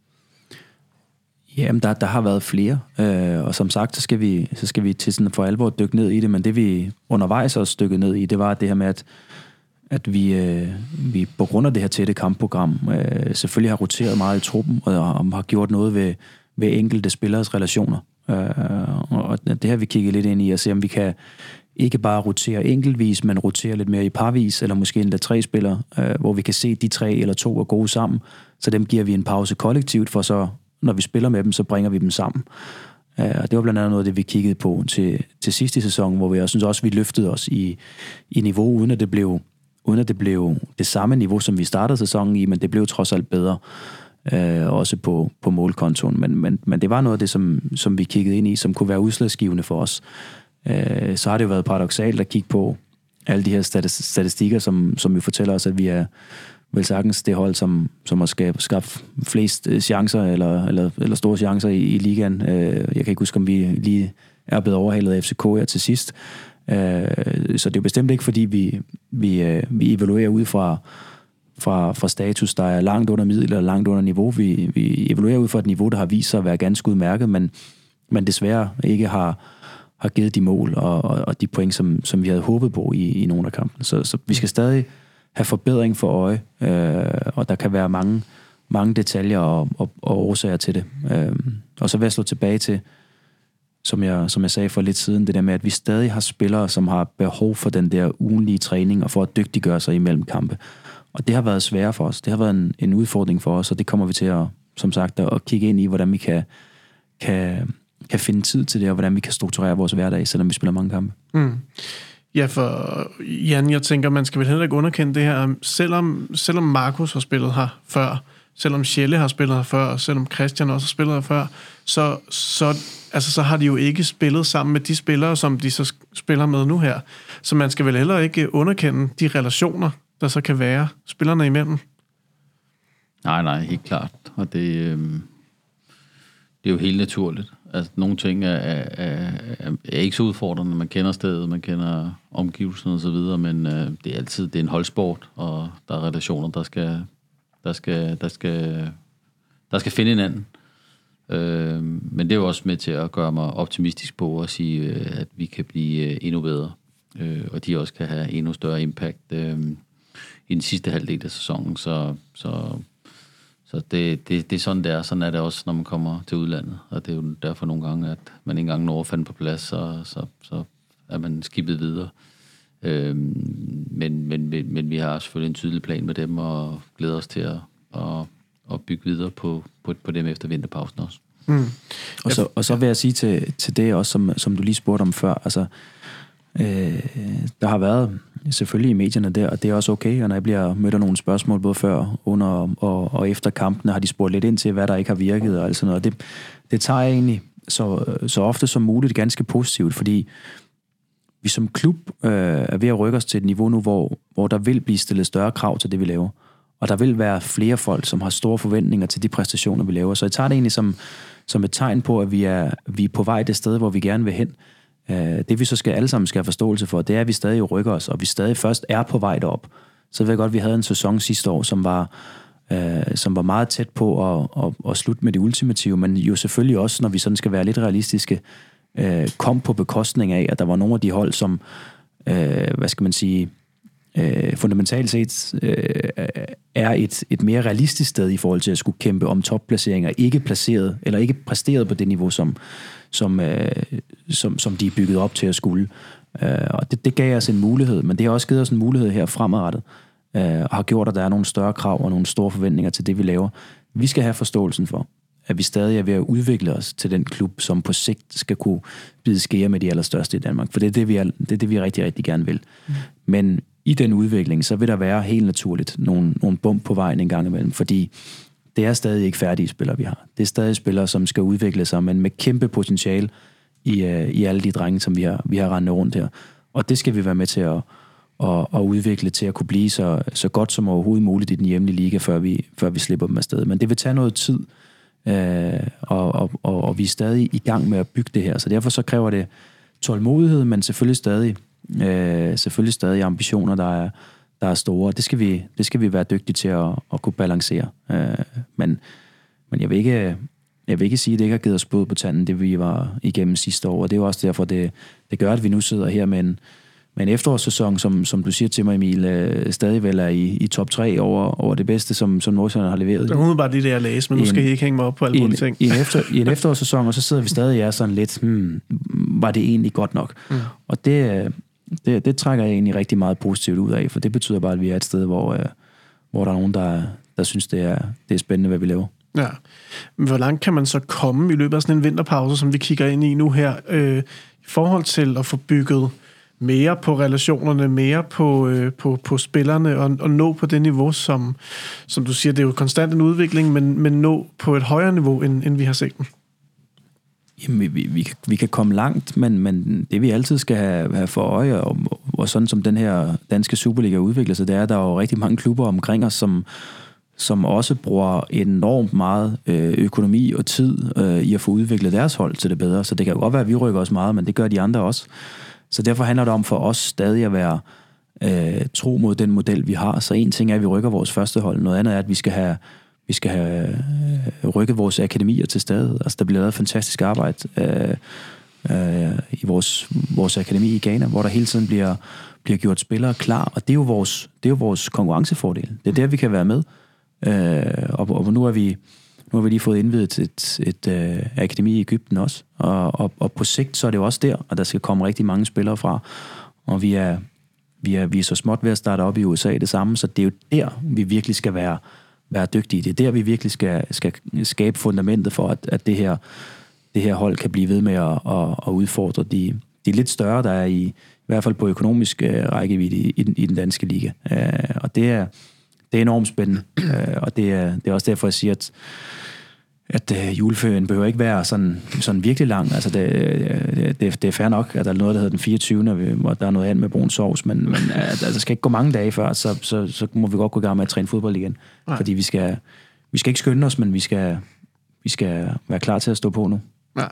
Jamen, der, der har været flere, øh, og som sagt, så skal vi, så skal vi til sådan for alvor dykke ned i det, men det vi undervejs også dykket ned i, det var det her med, at, at vi, øh, vi på grund af det her tætte kampprogram øh, selvfølgelig har roteret meget i truppen, og, og har gjort noget ved, ved enkelte spilleres relationer. Øh, og det har vi kigget lidt ind i, at se om vi kan ikke bare rotere enkeltvis, men rotere lidt mere i parvis, eller måske endda tre spillere, øh, hvor vi kan se, de tre eller to er gode sammen, så dem giver vi en pause kollektivt, for så, når vi spiller med dem, så bringer vi dem sammen. Uh, og det var blandt andet noget af det, vi kiggede på til, til sidste sæson, hvor vi jeg synes også, vi løftede os i, i niveau, uden at det blev uden at det blev det samme niveau, som vi startede sæsonen i, men det blev trods alt bedre, uh, også på, på målkontoen. Men, men, men det var noget af det, som, som vi kiggede ind i, som kunne være udslagsgivende for os. Uh, så har det jo været paradoksalt at kigge på alle de her statistikker, som, som jo fortæller os, at vi er vel sagtens det hold, som, som har skabt, skabt flest chancer, eller, eller, eller store chancer i, i ligaen. Jeg kan ikke huske, om vi lige er blevet overhalet af F C K her til sidst. Så det er bestemt ikke, fordi vi, vi, vi evaluerer ud fra, fra, fra status, der er langt under middel eller langt under niveau. Vi, vi evaluerer ud fra et niveau, der har vist sig at være ganske udmærket, men, men desværre ikke har, har givet de mål og, og, og de point, som, som vi havde håbet på i, i nogle af kampene. Så, så vi skal stadig have forbedring for øje, øh, og der kan være mange, mange detaljer og, og, og årsager til det. Øh, og så vil jeg slå tilbage til, som jeg, som jeg sagde for lidt siden, det der med, at vi stadig har spillere, som har behov for den der ugenlige træning, og for at dygtiggøre sig imellem kampe. Og det har været svært for os. Det har været en, en udfordring for os, og det kommer vi til at, som sagt, at kigge ind i, hvordan vi kan, kan, kan finde tid til det, og hvordan vi kan strukturere vores hverdag, selvom vi spiller mange kampe. Mm. Ja, for Jan, jeg tænker, man skal vel heller ikke underkende det her. Selvom, selvom Markus har spillet her før, selvom Schelle har spillet her før, selvom Christian også har spillet her før, så, så, altså, så har de jo ikke spillet sammen med de spillere, som de så spiller med nu her. Så man skal vel heller ikke underkende de relationer, der så kan være spillerne imellem. Nej, nej, helt klart. Og det, øh, det er jo helt naturligt. Altså, nogle ting er, er, er, er ikke så udfordrende. Man kender stedet, man kender omgivelserne og så videre, men øh, det er altid det er en holdsport, og der er relationer, der skal, der skal, der skal, der skal finde hinanden. Øh, men det er jo også med til at gøre mig optimistisk på at sige, øh, at vi kan blive øh, endnu bedre, øh, og de også kan have endnu større impact øh, i den sidste halvdel af sæsonen. Så, så Så det, det, det er sådan, det er. Sådan er det også, når man kommer til udlandet. Og det er jo derfor nogle gange, at man ikke engang når at finde på plads, så, så, så er man skibet videre. Øhm, men, men, men, men vi har selvfølgelig en tydelig plan med dem, og glæder os til at, at, at bygge videre på, på, på dem efter vinterpausen også. Mm. Og, så, og så vil jeg sige til, til det også, som, som du lige spurgte om før, altså, øh, der har været selvfølgelig i medierne der, og det er også okay, og når jeg bliver mødt af nogle spørgsmål, både før, under og, og efter kampene, har de spurgt lidt ind til, hvad der ikke har virket, og alt sådan noget. Det, det tager jeg egentlig så, så ofte som muligt ganske positivt, fordi vi som klub øh, er ved at rykke os til et niveau nu, hvor, hvor der vil blive stillet større krav til det, vi laver. Og der vil være flere folk, som har store forventninger til de præstationer, vi laver. Så jeg tager det egentlig som, som et tegn på, at vi er, vi er på vej det sted, hvor vi gerne vil hen. Det vi så skal alle sammen skal have forståelse for, det er, at vi stadig rykker os, og vi stadig først er på vej derop. Så ved jeg godt, at vi havde en sæson sidste år, som var, øh, som var meget tæt på at, at, at slutte med det ultimative, men jo selvfølgelig også, når vi sådan skal være lidt realistiske, øh, kom på bekostning af, at der var nogle af de hold, som, øh, hvad skal man sige, øh, fundamentalt set øh, er et, et mere realistisk sted i forhold til at skulle kæmpe om topplaceringer, ikke placeret, eller ikke præsteret på det niveau, som Som, øh, som, som de er bygget op til at skulle. Øh, og det, det gav os en mulighed, men det har også givet os en mulighed her fremadrettet, øh, og har gjort, at der er nogle større krav og nogle store forventninger til det, vi laver. Vi skal have forståelsen for, at vi stadig er ved at udvikle os til den klub, som på sigt skal kunne bide skære med de allerstørste i Danmark. For det er det, vi, er, det, er det, vi rigtig, rigtig gerne vil. Mm. Men i den udvikling, så vil der være helt naturligt nogle, nogle bump på vejen en gang imellem, fordi det er stadig ikke færdige spillere, vi har. Det er stadig spillere, som skal udvikle sig, men med kæmpe potentiale i, uh, i alle de drenge, som vi har, vi har rendt rundt her. Og det skal vi være med til at, at, at udvikle til at kunne blive så, så godt som overhovedet muligt i den hjemlige liga, før vi, før vi slipper dem afsted. Men det vil tage noget tid, uh, og, og, og, og vi er stadig i gang med at bygge det her. Så derfor så kræver det tålmodighed, men selvfølgelig stadig, uh, selvfølgelig stadig ambitioner, der er der er store. Det skal vi, det skal vi være dygtige til at, at kunne balancere. Øh, men, men jeg vil ikke, jeg vil ikke sige, at det ikke har givet os blod på tanden, det vi var igennem sidste år. Og det er jo også derfor, det, det gør, at vi nu sidder her med en, med en efterårssæson, som, som du siger til mig, Emil, øh, stadig vel er i, i top tre over, over det bedste, som, som Nordsjælland har leveret. Det er umiddelbart det, jeg læser, men nu skal I ikke hænge mig op på alle mulige ting. I en, efter, I en efterårssæson, og så sidder vi stadig ja, sådan lidt, hmm, var det egentlig godt nok? Mm. Og det Det, det trækker jeg egentlig rigtig meget positivt ud af, for det betyder bare, at vi er et sted, hvor, øh, hvor der er nogen, der, der synes, det er, det er spændende, hvad vi laver. Ja, men hvor langt kan man så komme i løbet af sådan en vinterpause, som vi kigger ind i nu her, øh, i forhold til at få bygget mere på relationerne, mere på, øh, på, på spillerne, og, og nå på det niveau, som, som du siger, det er jo konstant en udvikling, men, men nå på et højere niveau, end, end vi har set dem? Jamen, vi, vi, vi, kan, vi kan komme langt, men, men det vi altid skal have, have for øje, og, og sådan som den her danske Superliga udvikler sig, det er, at der er jo rigtig mange klubber omkring os, som, som også bruger enormt meget øh, økonomi og tid øh, i at få udviklet deres hold til det bedre. Så det kan jo godt være, at vi rykker os meget, men det gør de andre også. Så derfor handler det om for os stadig at være øh, tro mod den model, vi har. Så en ting er, at vi rykker vores første hold. Noget andet er, at vi skal have, vi skal have øh, rykket vores akademier til stedet. Altså, der bliver lavet fantastisk arbejde øh, øh, i vores, vores akademi i Ghana, hvor der hele tiden bliver, bliver gjort spillere klar. Og det er jo vores, det er jo vores konkurrencefordel. Det er der, vi kan være med. Øh, og, og nu har vi nu har vi lige fået indvidet et, et, et uh, akademi i Egypten også, og, og, og på sigt så er det jo også der, og der skal komme rigtig mange spillere fra, og vi er, vi er, vi er så småt ved at starte op i U S A det samme, så det er jo der, vi virkelig skal være, være dygtige. Det er der, vi virkelig skal, skal skabe fundamentet for, at, at det, her, det her hold kan blive ved med at, at, at udfordre de, de lidt større, der er i, i hvert fald på økonomisk uh, rækkevidde i, i, i den danske liga. Uh, og det er Det er enormt spændende, øh, og det er, det er også derfor, jeg siger, at, at øh, juleferien behøver ikke være sådan, sådan virkelig lang. Altså, det, det, det, det er fair nok, at der er noget, der hedder den fireogtyvende, hvor der er noget andet med brun sovs, men, men at, der skal ikke gå mange dage før, så, så, så må vi godt gå i gang med at træne fodbold igen. Nej. Fordi vi skal, vi skal ikke skynde os, men vi skal, vi skal være klar til at stå på nu. Ja.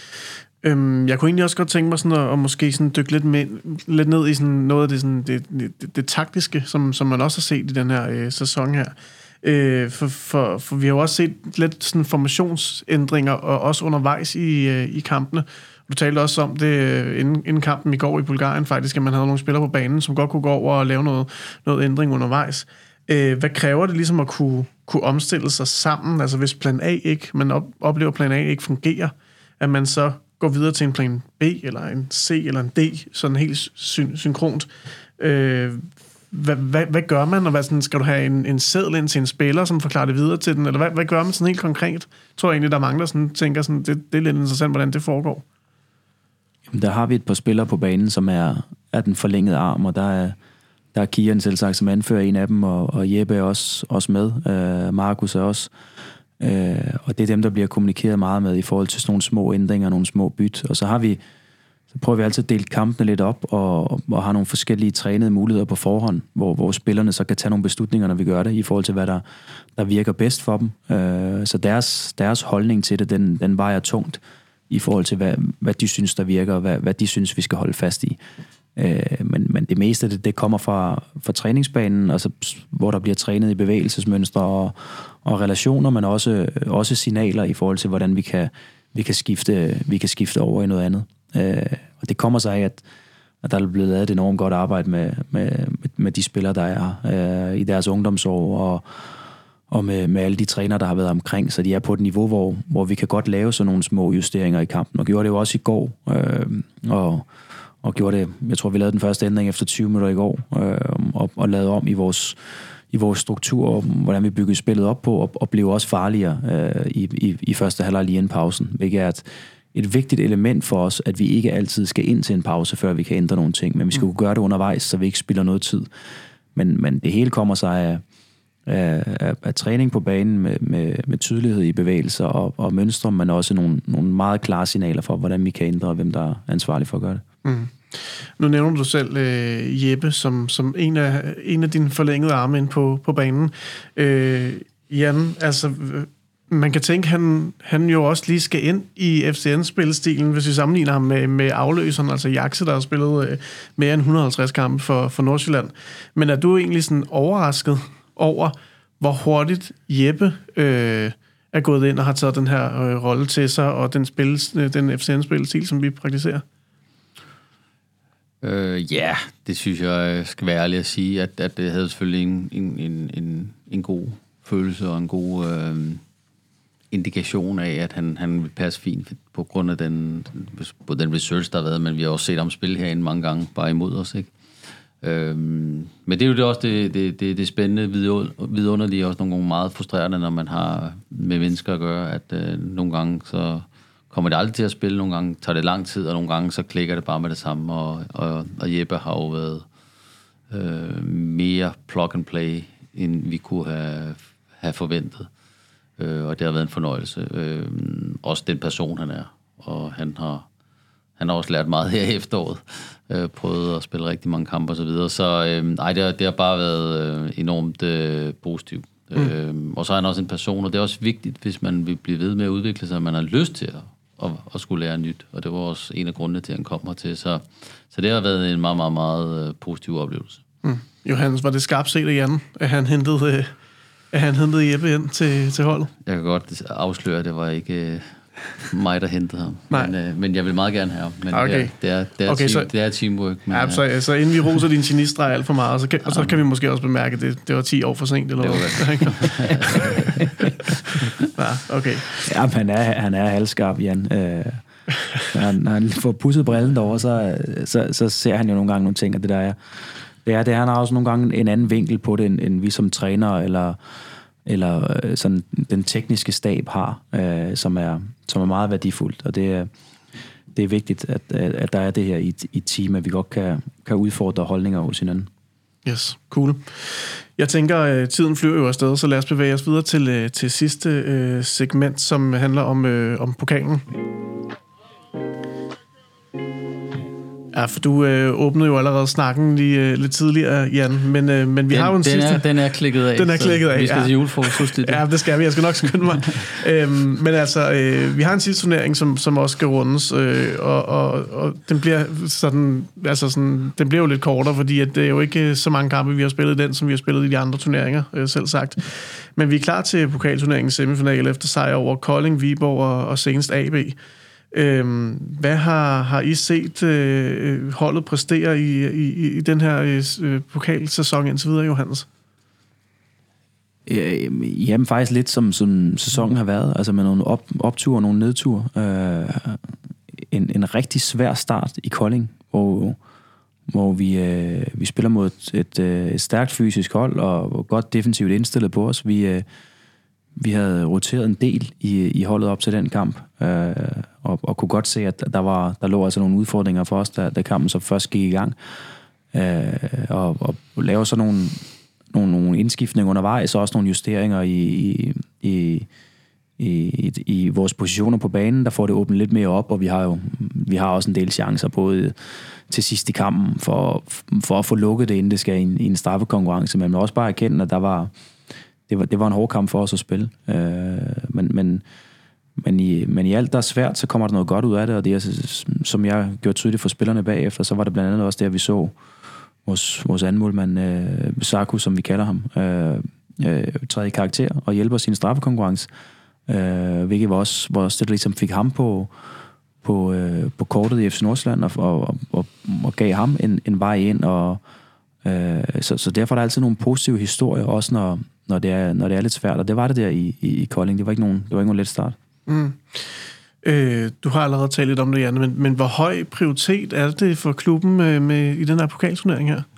Øhm, jeg kunne egentlig også godt tænke mig sådan at, at måske sådan dykke lidt, med, lidt ned i sådan noget af det, sådan, det, det, det taktiske, som, som man også har set i den her øh, sæson her. Øh, for, for, for vi har jo også set lidt sådan formationsændringer, og også undervejs i, øh, i kampene. Du talte også om det inden, inden kampen i går i Bulgarien faktisk, at man havde nogle spillere på banen, som godt kunne gå over og lave noget, noget ændring undervejs. Øh, hvad kræver det ligesom at kunne, kunne omstille sig sammen? Altså hvis plan A ikke, man op, oplever plan A ikke fungerer, at man så går videre til en plan B, eller en C, eller en D, sådan helt syn- synkront. Øh, hvad, hvad, hvad gør man, og hvad, sådan, skal du have en, en seddel ind til en spiller, som forklarer det videre til den, eller hvad, hvad gør man sådan helt konkret? Jeg tror egentlig, der er mange, der sådan, tænker, sådan, det, det er lidt interessant, hvordan det foregår. Jamen, der har vi et par spillere på banen, som er, er den forlængede arm, og der er, der er Kian selvsagt, som anfører en af dem, og, og Jeppe er også, også med. Uh, Markus er også. Øh, og det er dem, der bliver kommunikeret meget med i forhold til sådan nogle små ændringer, nogle små byt. Og så har vi, så prøver vi altid at dele kampene lidt op, og, og har nogle forskellige trænede muligheder på forhånd, hvor, hvor spillerne så kan tage nogle beslutninger, når vi gør det, i forhold til, hvad der, der virker bedst for dem. Øh, så deres, deres holdning til det, den, den vejer tungt, i forhold til, hvad, hvad de synes, der virker, og hvad, hvad de synes, vi skal holde fast i. Øh, men, men det meste af det, det kommer fra, fra træningsbanen, altså, hvor der bliver trænet i bevægelsesmønstre og, og relationer, men også, også signaler i forhold til, hvordan vi kan, vi kan, skifte, vi kan skifte over i noget andet. Øh, og det kommer sig af, at, at der er blevet lavet et enormt godt arbejde med, med, med de spillere, der er øh, i deres ungdomsår, og, og med, med alle de trænere, der har været omkring, så de er på et niveau, hvor, hvor vi kan godt lave sådan nogle små justeringer i kampen, og gjorde det jo også i går, øh, og og gjorde det, jeg tror, vi lavede den første ændring efter tyve minutter i går, øh, og, og lavede om i vores, i vores struktur, og hvordan vi byggede spillet op på, og, og blev også farligere øh, i, i, i første halvleg lige inden pausen, hvilket er et, et vigtigt element for os, at vi ikke altid skal ind til en pause, før vi kan ændre nogle ting, men vi skal jo gøre det undervejs, så vi ikke spilder noget tid. Men, men det hele kommer sig af, af, af, af træning på banen med, med, med tydelighed i bevægelser og, og mønstre, men også nogle, nogle meget klare signaler for, hvordan vi kan ændre, og hvem der er ansvarlig for at gøre det. Mm. Nu nævner du selv øh, Jeppe som, som en, af, en af dine forlængede arme ind på, på banen. Øh, Jan, altså, man kan tænke, han, han jo også lige skal ind i F C N-spillestilen, hvis vi sammenligner ham med, med afløseren, altså Jakse, der har spillet øh, mere end et hundrede og halvtreds kampe for, for Nordsjælland. Men er du egentlig sådan overrasket over, hvor hurtigt Jeppe øh, er gået ind og har taget den her øh, rolle til sig, og den, spilles, den F C N-spillestil, som vi praktiserer? Øh, ja, det synes jeg skal være ærlig at sige, at, at det havde selvfølgelig en, en, en, en, en god følelse og en god øh, indikation af, at han, han vil passe fint på grund af den, på den research, der har været, men vi har også set ham spille herinde mange gange, bare imod os, ikke? Øhm, men det er jo det også det, det, det, det spændende, vidunderlige, også nogle gange meget frustrerende, når man har med mennesker at gøre, at øh, nogle gange så kommer det aldrig til at spille, nogle gange tager det lang tid, og nogle gange så klikker det bare med det samme, og, og, og Jeppe har jo været øh, mere plug and play, end vi kunne have, have forventet. Øh, og det har været en fornøjelse. Øh, også den person, han er. Og han har, han har også lært meget her i efteråret. Øh, prøvet at spille rigtig mange kampe og så videre. Så øh, ej, det, har, det har bare været øh, enormt øh, positivt. Mm. Øh, og så er han også en person, og det er også vigtigt, hvis man vil blive ved med at udvikle sig, at man har lyst til at, at, at skulle lære nyt. Og det var også en af grundene til, at han kom hertil. Så, så det har været en meget, meget, meget positiv oplevelse. Mm. Johannes, var det skarpt set af Jan, at han hentede, øh, at han hentede Jeppe ind til, til holdet? Jeg kan godt afsløre, at det var ikke øh, mig, der hentede ham. Nej. Men, øh, men jeg vil meget gerne have ham. Men okay. det, det, er, det, er okay, team, så, det er teamwork. Men, ja, så, så inden vi roser din genistreg alt for meget, så kan, og så kan vi måske også bemærke, at det, det var ti år for sent. Eller det var ja, okay. Ja, han er, han er halvskarp, Jan. Øh, han, når han får pudset brillen derovre, så, så, så ser han jo nogle gange nogle ting, og det der er... Det er, det er, han har også nogle gange en anden vinkel på det, end, end vi som træner eller, eller sådan den tekniske stab har, øh, som, er, som er meget værdifuldt. Og det er, det er vigtigt, at, at der er det her i et team, at vi godt kan, kan udfordre holdninger hos hinanden. Yes, cool. Jeg tænker, at tiden flyver jo afsted, så lad os bevæge os videre til, til sidste øh, segment, som handler om, øh, om pokalen. Ja, for du øh, åbnede jo allerede snakken lige øh, lidt tidligere, Jan, men, øh, men vi den, har jo en den sidste... Er, den er klikket af. Den er klikket af, vi skal ja. til julefrokost. Ja, det skal vi. Jeg skal nok skynde mig. øhm, men altså, øh, vi har en sidste turnering, som, som også skal rundes, øh, og, og, og den bliver sådan, altså sådan, den bliver jo lidt kortere, fordi at det er jo ikke så mange kampe, vi har spillet i den, som vi har spillet i de andre turneringer, øh, selv sagt. Men vi er klar til pokalturneringens semifinal efter sejr over Kolding, Viborg og, og senest A B. Øhm, hvad har, har I set øh, holdet præstere i, i, i den her øh, pokalsæson indtil videre, Johannes? Jamen faktisk lidt som, som sæsonen har været, altså med nogle op, opture og nogle nedture. Øh, en, en rigtig svær start i Kolding, hvor, hvor vi, øh, vi spiller mod et, et, et stærkt fysisk hold og godt defensivt indstillet på os. Vi, øh, vi havde roteret en del i, i holdet op til den kamp, øh, og, og kunne godt se, at der, var, der lå altså nogle udfordringer for os, da, da kampen så først gik i gang. Øh, og, og lave så nogle, nogle, nogle indskiftninger undervejs, og også nogle justeringer i, i, i, i, i vores positioner på banen, der får det åbnet lidt mere op, og vi har jo vi har også en del chancer, både til sidst i kampen, for, for at få lukket det, inden det skal i en, i en straffekonkurrence, men også bare erkende, at der var Det var, det var en hård kamp for os at spille. Øh, men, men, men, i, men i alt, der er svært, så kommer der noget godt ud af det, og det er, som jeg gjorde tydeligt for spillerne bagefter, så var det blandt andet også der, vi så vores, vores andenmålmand, øh, Saku, som vi kalder ham, øh, øh, træde i karakter og hjælpe os i en straffekonkurrence, øh, hvilket var også, var også det, der ligesom fik ham på, på, øh, på kortet i F C Nordsjælland, og, og, og, og gav ham en, en vej ind, og øh, så, så derfor er der altid nogle positive historier, også når Når det, er, når det er lidt svært, og det var det der i, i, i Kolding. Det var ikke nogen, det var ikke nogen let start. Mm. Øh, du har allerede talt lidt om det, Janne, men, men hvor høj prioritet er det for klubben med, med, i den her pokalturnering her?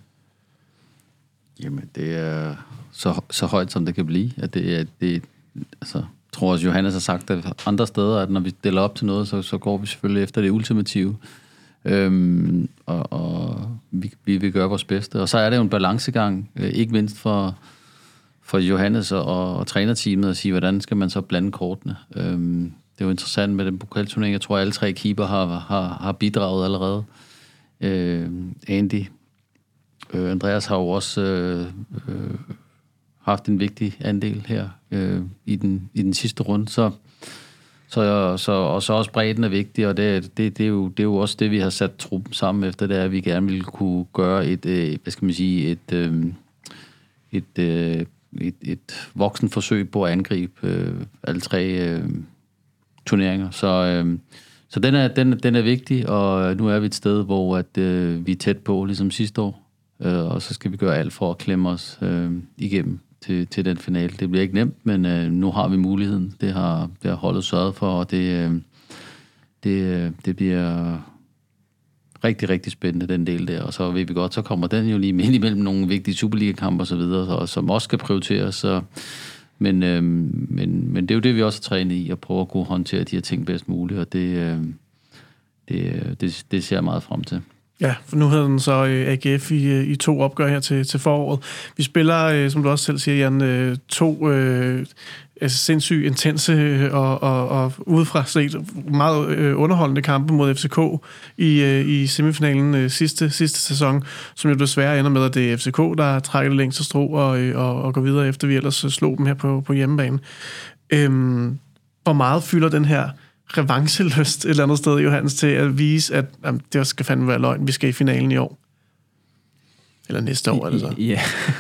Jamen, det er så, så højt, som det kan blive. At det er, det, altså, jeg tror også, Johannes har sagt det andre steder, at når vi deler op til noget, så, så går vi selvfølgelig efter det ultimative. Øhm, og og vi, vi vil gøre vores bedste. Og så er det jo en balancegang, øh, ikke mindst for... for Johannes og, og trænerteamet at sige, hvordan skal man så blande kortene. Øhm, det er jo interessant med den pokalturnering. Jeg tror, at alle tre keeper har, har, har bidraget allerede. Øhm, Andy. Øh, Andreas har jo også øh, øh, haft en vigtig andel her øh, i, den, i den sidste runde. Så, så, så, og så også bredden er vigtig, og det, det, det, er jo, det er jo også det, vi har sat truppen sammen efter, det er, at vi gerne ville kunne gøre et, øh, hvad skal man sige, et, øh, et øh, Et, et voksen forsøg på at angribe øh, alle tre øh, turneringer. Så, øh, så den, er, den, den er vigtig, og nu er vi et sted, hvor at, øh, vi er tæt på, ligesom sidste år. Øh, og så skal vi gøre alt for at klemme os øh, igennem til, til den finale. Det bliver ikke nemt, men øh, nu har vi muligheden. Det har, det har holdet sørget for, og det, øh, det, det bliver rigtig, rigtig spændende, den del der. Og så ved vi godt, så kommer den jo lige midt imellem nogle vigtige Superliga-kampe og så videre, og som også skal prioriteres. Så, men, øh, men, men det er jo det, vi også har trænet i, at prøve at kunne håndtere de her ting bedst muligt, og det, øh, det, det, det ser jeg meget frem til. Ja, for nu hedder den så A G F i, i to opgør her til, til foråret. Vi spiller, som du også selv siger, Jan, to øh, altså sindssygt intense og, og, og udefra set meget øh, underholdende kampe mod F C K i, øh, i semifinalen øh, sidste, sidste sæson, som jo desværre ender med, at det er F C K, der trækker det længste strå og, og, og går videre, efter vi ellers slog dem her på, på hjemmebane. Øhm, hvor meget fylder den her revancheløst et eller andet sted, Johannes, til at vise, at jamen, det skal fandme være løgn, vi skal i finalen i år? Eller næste år, er det så? Ja.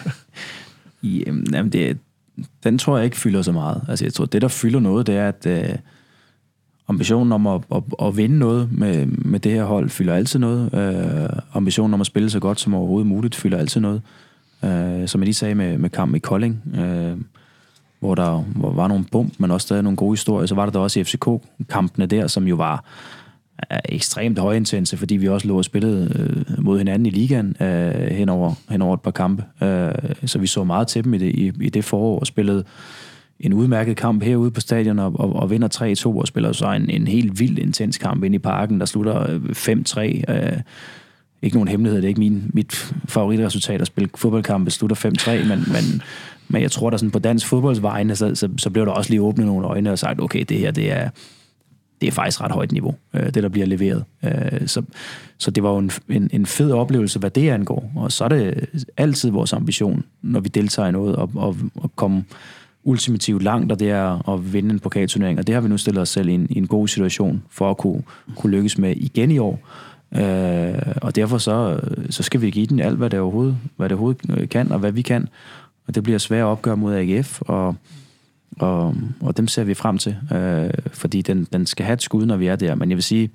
Jamen, det, den tror jeg ikke fylder så meget. Altså, jeg tror, det, der fylder noget, det er, at øh, ambitionen om at, at, at vinde noget med, med det her hold, fylder altid noget. Øh, ambitionen om at spille så godt som overhovedet muligt, fylder altid noget. Øh, som jeg lige sagde med, med kampen i Kolding, øh, hvor der hvor var nogle bump, men også stadig nogle gode historier. Så var der da også i F C K-kampene der, som jo var øh, ekstremt højintense, fordi vi også lå og spillede øh, mod hinanden i ligaen øh, hen, over, hen over et par kampe. Øh, så vi så meget til dem i det, i, i det forår og spillede en udmærket kamp herude på stadion og, og, og vinder tre to og spiller så en, en helt vild intens kamp ind i parken, der slutter fem tre. Øh, ikke nogen hemmelighed, det er ikke min, mit favoritresultat at spille fodboldkampe, slutter fem tre, men, men, men jeg tror, der sådan på dansk fodboldsvejene, så, så, så blev der også lige åbnet nogle øjne og sagt, okay, det her, det er, det er faktisk ret højt niveau, det der bliver leveret. Så, så det var jo en, en, en fed oplevelse, hvad det angår, og så er det altid vores ambition, når vi deltager i noget, at, at, at komme ultimativt langt, og det er at vinde en pokalturnering, og det har vi nu stillet os selv i en, i en god situation, for at kunne, kunne lykkes med igen i år. Øh, og derfor så, så skal vi give den alt, hvad det overhovedet, hvad det overhovedet kan, og hvad vi kan. Og det bliver svært at opgøre mod A G F, og, og, og dem ser vi frem til, øh, fordi den, den skal have et skud, når vi er der. Men jeg vil sige,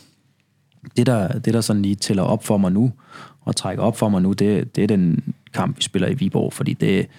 det der, det der sådan lige tæller op for mig nu, og trækker op for mig nu, det, det er den kamp, vi spiller i Viborg, fordi det,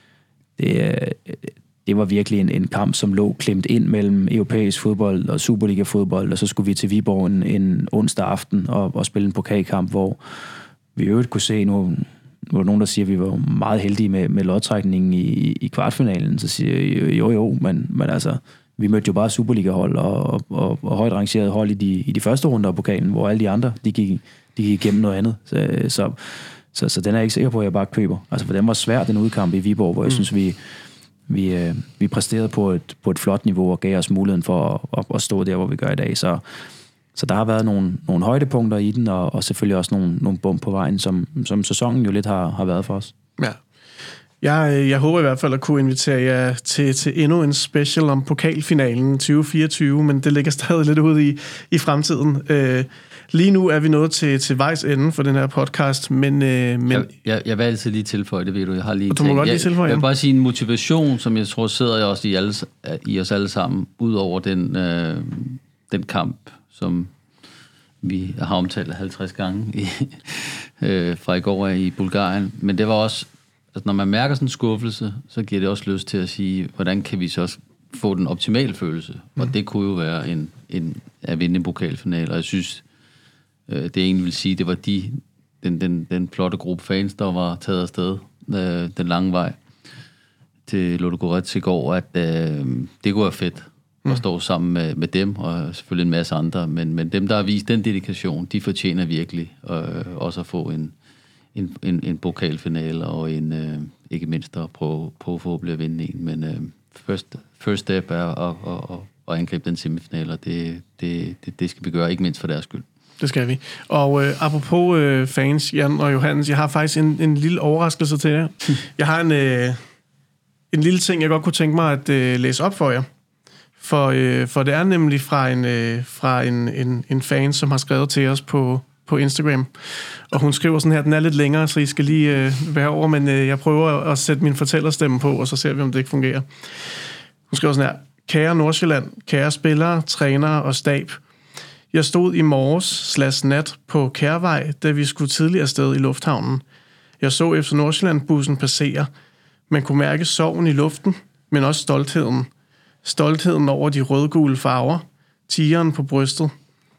det, det var virkelig en, en kamp, som lå klemt ind mellem europæisk fodbold og Superliga-fodbold, og så skulle vi til Viborg en, en onsdag aften og, og spille en pokalkamp, hvor vi øvrigt kunne se, nu var der nogen, der siger, at vi var meget heldige med, med lodtrækningen i, i kvartfinalen, så siger jeg, jo jo, men, men altså, vi mødte jo bare Superliga-hold og, og, og, og højt rangeret hold i de, i de første runder af pokalen, hvor alle de andre, de gik, de gik igennem noget andet. Så, så, så, så den er jeg ikke sikker på, at jeg bare køber. Altså, for den var svær, den udkamp i Viborg, hvor jeg mm. synes, vi Vi, øh, vi præsterede på et, på et flot niveau og gav os muligheden for at, at, at stå der, hvor vi gør i dag. Så, så der har været nogle, nogle højdepunkter i den, og, og selvfølgelig også nogle, nogle bump på vejen, som, som sæsonen jo lidt har, har været for os. Ja. Jeg, jeg håber i hvert fald at kunne invitere jer til, til endnu en special om pokalfinalen tyve fireogtyve, men det ligger stadig lidt ude i, i fremtiden. Øh, Lige nu er vi nået til, til vejs ende for den her podcast, men... Øh, men jeg, jeg, jeg vil altid lige tilføje det, ved du. Jeg har lige du må godt lige tilføje, jeg, jeg vil bare sige en motivation, som jeg tror sidder også i, alle, i os alle sammen, ud over den, øh, den kamp, som vi har omtalt halvtreds gange i, øh, fra i går i Bulgarien. Men det var også... Altså, når man mærker sådan en skuffelse, så giver det også lyst til at sige, hvordan kan vi så også få den optimale følelse? Mm. Og det kunne jo være en, en, at vinde en pokalfinale, og jeg synes... Det jeg egentlig vil sige, det var de, den, den, den flotte gruppe fans, der var taget afsted øh, den lange vej til Ludogorets i går, at øh, det kunne være fedt at stå sammen med, med dem, og selvfølgelig en masse andre, men, men dem, der har vist den dedikation, de fortjener virkelig øh, også at få en, en, en, en pokalfinale, og en, øh, ikke mindst at prøve, prøve forhåbentlig at vinde en, men øh, first, first step er at, at, at, at angribe den semifinale, og det, det, det, det skal vi gøre, ikke mindst for deres skyld. Det skal vi. Og øh, apropos øh, fans, Jan og Johannes, jeg har faktisk en, en lille overraskelse til jer. Jeg har en, øh, en lille ting, jeg godt kunne tænke mig at øh, læse op for jer. For, øh, for det er nemlig fra, en, øh, fra en, en, en fan, som har skrevet til os på, på Instagram. Og hun skriver sådan her, den er lidt længere, så I skal lige øh, være over, men øh, jeg prøver at sætte min fortællerstemme på, og så ser vi, om det ikke fungerer. Hun skriver sådan her, kære Nordsjælland, kære spillere, trænere og stab, jeg stod i morges slash nat på Kærvej, da vi skulle tidligere afsted i lufthavnen. Jeg så F C Nordsjælland-bussen passere. Man kunne mærke sorgen i luften, men også stoltheden. Stoltheden over de rødgule farver, tigeren på brystet.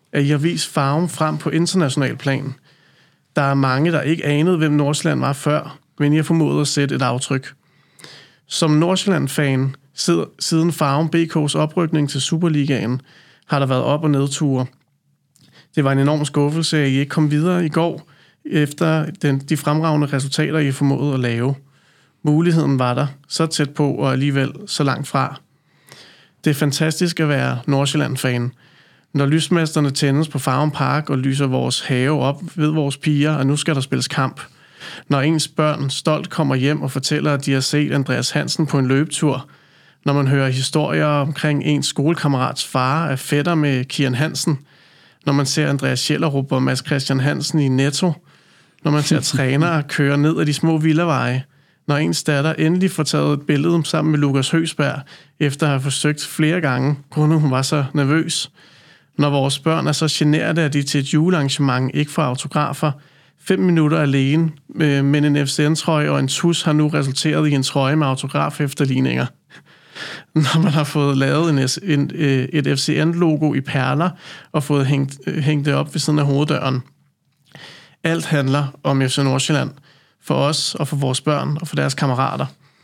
at I har vist farven frem på international plan. Der er mange, der ikke anede, hvem Nordsjælland var før, men I har formået at sætte et aftryk. Som Nordsjælland-fan, siden Farum B K's oprykning til Superligaen, har der været op- og nedture. Det var en enorm skuffelse, at I ikke kom videre i går, efter den, de fremragende resultater, I formåede at lave. Muligheden var der, så tæt på og alligevel så langt fra. Det er fantastisk at være Nordsjælland-fan. Når lysmesterne tændes på Farum Park og lyser vores have op, ved vores piger, at nu skal der spilles kamp. Når ens børn stolt kommer hjem og fortæller, at de har set Andreas Hansen på en løbetur. Når man hører historier omkring ens skolekammerats far er fætter med Kian Hansen. Når man ser Andreas Schellerup og Mads Christian Hansen i Netto. Når man ser trænere køre ned ad de små villaveje. Når ens datter endelig får taget et billede sammen med Lukas Høgsberg, efter at have forsøgt flere gange, grundet hun var så nervøs. Når vores børn er så generede, at de til et julearrangement ikke får autografer. Fem minutter alene, men en F C N-trøje og en tus har nu resulteret i en trøje med autograf efterligninger. Når man har fået lavet en, en, et F C N-logo i perler og fået hængt, hængt det op ved siden af hoveddøren. Alt handler om F C Nordsjælland. For os og for vores børn og for deres kammerater.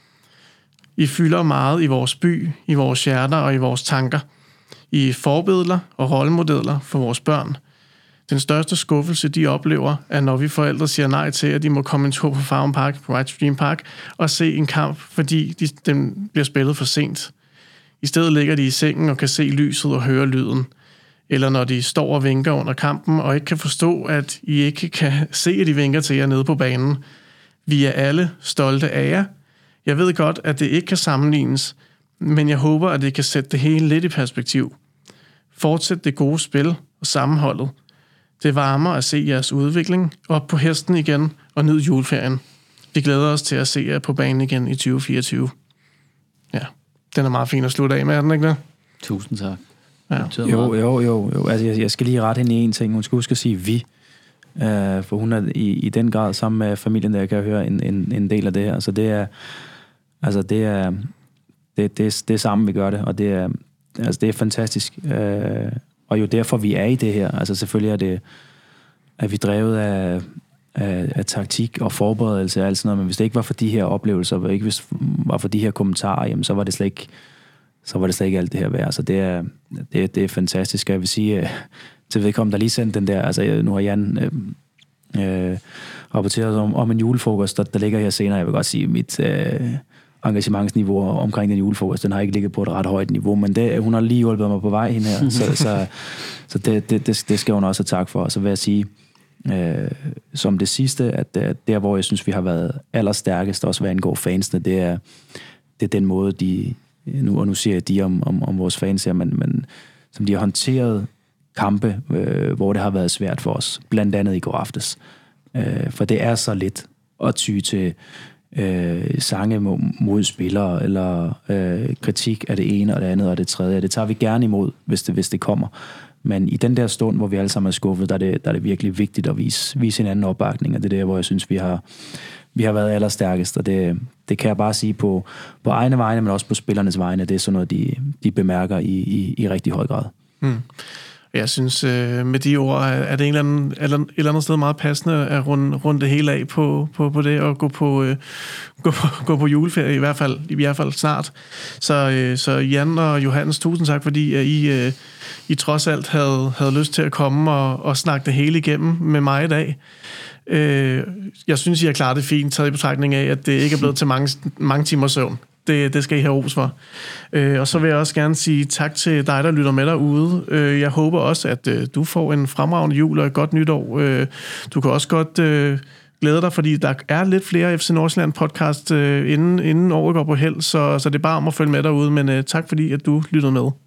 I fylder meget i vores by, i vores hjerter og i vores tanker. I er forbilleder og rollemodeller for vores børn. Den største skuffelse, de oplever, er, når vi forældre siger nej til, at de må komme en tur på Farum Park, på Right Stream Park, og se en kamp, fordi de, den bliver spillet for sent. I stedet ligger de i sengen og kan se lyset og høre lyden. Eller når de står og vinker under kampen, og ikke kan forstå, at I ikke kan se, at de vinker til jer nede på banen. Vi er alle stolte af jer. Jeg ved godt, at det ikke kan sammenlignes, men jeg håber, at det kan sætte det hele lidt i perspektiv. Fortsæt det gode spil og sammenholdet. Det varmer at se jeres udvikling op på hesten igen og nyd juleferien. Vi glæder os til at se jer på banen igen i tyve fireogtyve. Ja, den er meget fin at slutte af med, er den ikke det? Tusind tak. Ja. Jo, jo, jo, jo. Altså, jeg, jeg skal lige rette hende i en ting. Hun skal huske at sige vi. Uh, for hun er i, i den grad sammen med familien, der kan høre en, en, en del af det her. Så det er, altså det er, det, det, det er sammen, vi gør det, og det er, altså det er fantastisk. Uh, og jo derfor, vi er i det her. Altså selvfølgelig er det, at vi drevet af, af, af taktik og forberedelse og alt sådan noget, men hvis det ikke var for de her oplevelser, og ikke hvis var for de her kommentarer, jamen, så var det slet ikke, så var det slet ikke alt det her værd. Så det er, det, det er fantastisk. Jeg vil sige, uh, til vedkommende, der lige sendte den der, altså nu har Jan øh, øh, rapporteret om, om en julefrokost, der, der ligger her senere. Jeg vil godt sige, at mit øh, engagementsniveau omkring den julefrokost, den har ikke ligget på et ret højt niveau, men det, hun har lige hjulpet mig på vej hende her, så, så, så det, det, det, det skal hun også have tak for. Og så vil jeg sige, øh, som det sidste, at der, hvor jeg synes, vi har været allerstærkest, også hvad angår fansene, det er, det er den måde, de, nu, og nu siger jeg de om, om, om vores fans her, men, men som de har håndteret kampe, øh, hvor det har været svært for os, blandt andet i går aftes. Øh, for det er så lidt at ty til øh, sange mod spillere, eller øh, kritik af det ene og det andet og det tredje. Det tager vi gerne imod, hvis det, hvis det kommer. Men i den der stund, hvor vi alle sammen er skuffet, der er det, der er det virkelig vigtigt at vise, vise en anden opbakning, og det er der, hvor jeg synes, vi har, vi har været allerstærkest, og det, det kan jeg bare sige på, på egne vegne, men også på spillernes vegne. Det er sådan noget, de, de bemærker i, i, i rigtig høj grad. Hmm. Jeg synes, øh, med de ord, er det en eller anden, eller, et eller andet sted meget passende at runde, runde det hele af på, på, på det, og gå på, øh, gå, på, gå på juleferie, i hvert fald, i hvert fald snart. Så, øh, så Jan og Johannes, tusind tak, fordi at I, øh, I trods alt havde, havde lyst til at komme og, og snakke det hele igennem med mig i dag. Øh, jeg synes, I har klaret det fint, taget i betragtning af, at det ikke er blevet til mange, mange timer søvn. Det, det skal I have ros for. Øh, og så vil jeg også gerne sige tak til dig, der lytter med derude. Øh, jeg håber også, at øh, du får en fremragende jul og et godt nytår. Øh, du kan også godt øh, glæde dig, fordi der er lidt flere F C Nordsjælland podcast øh, inden, inden året går på held, så, så det er bare om at følge med derude. Men øh, tak fordi, at du lyttede med.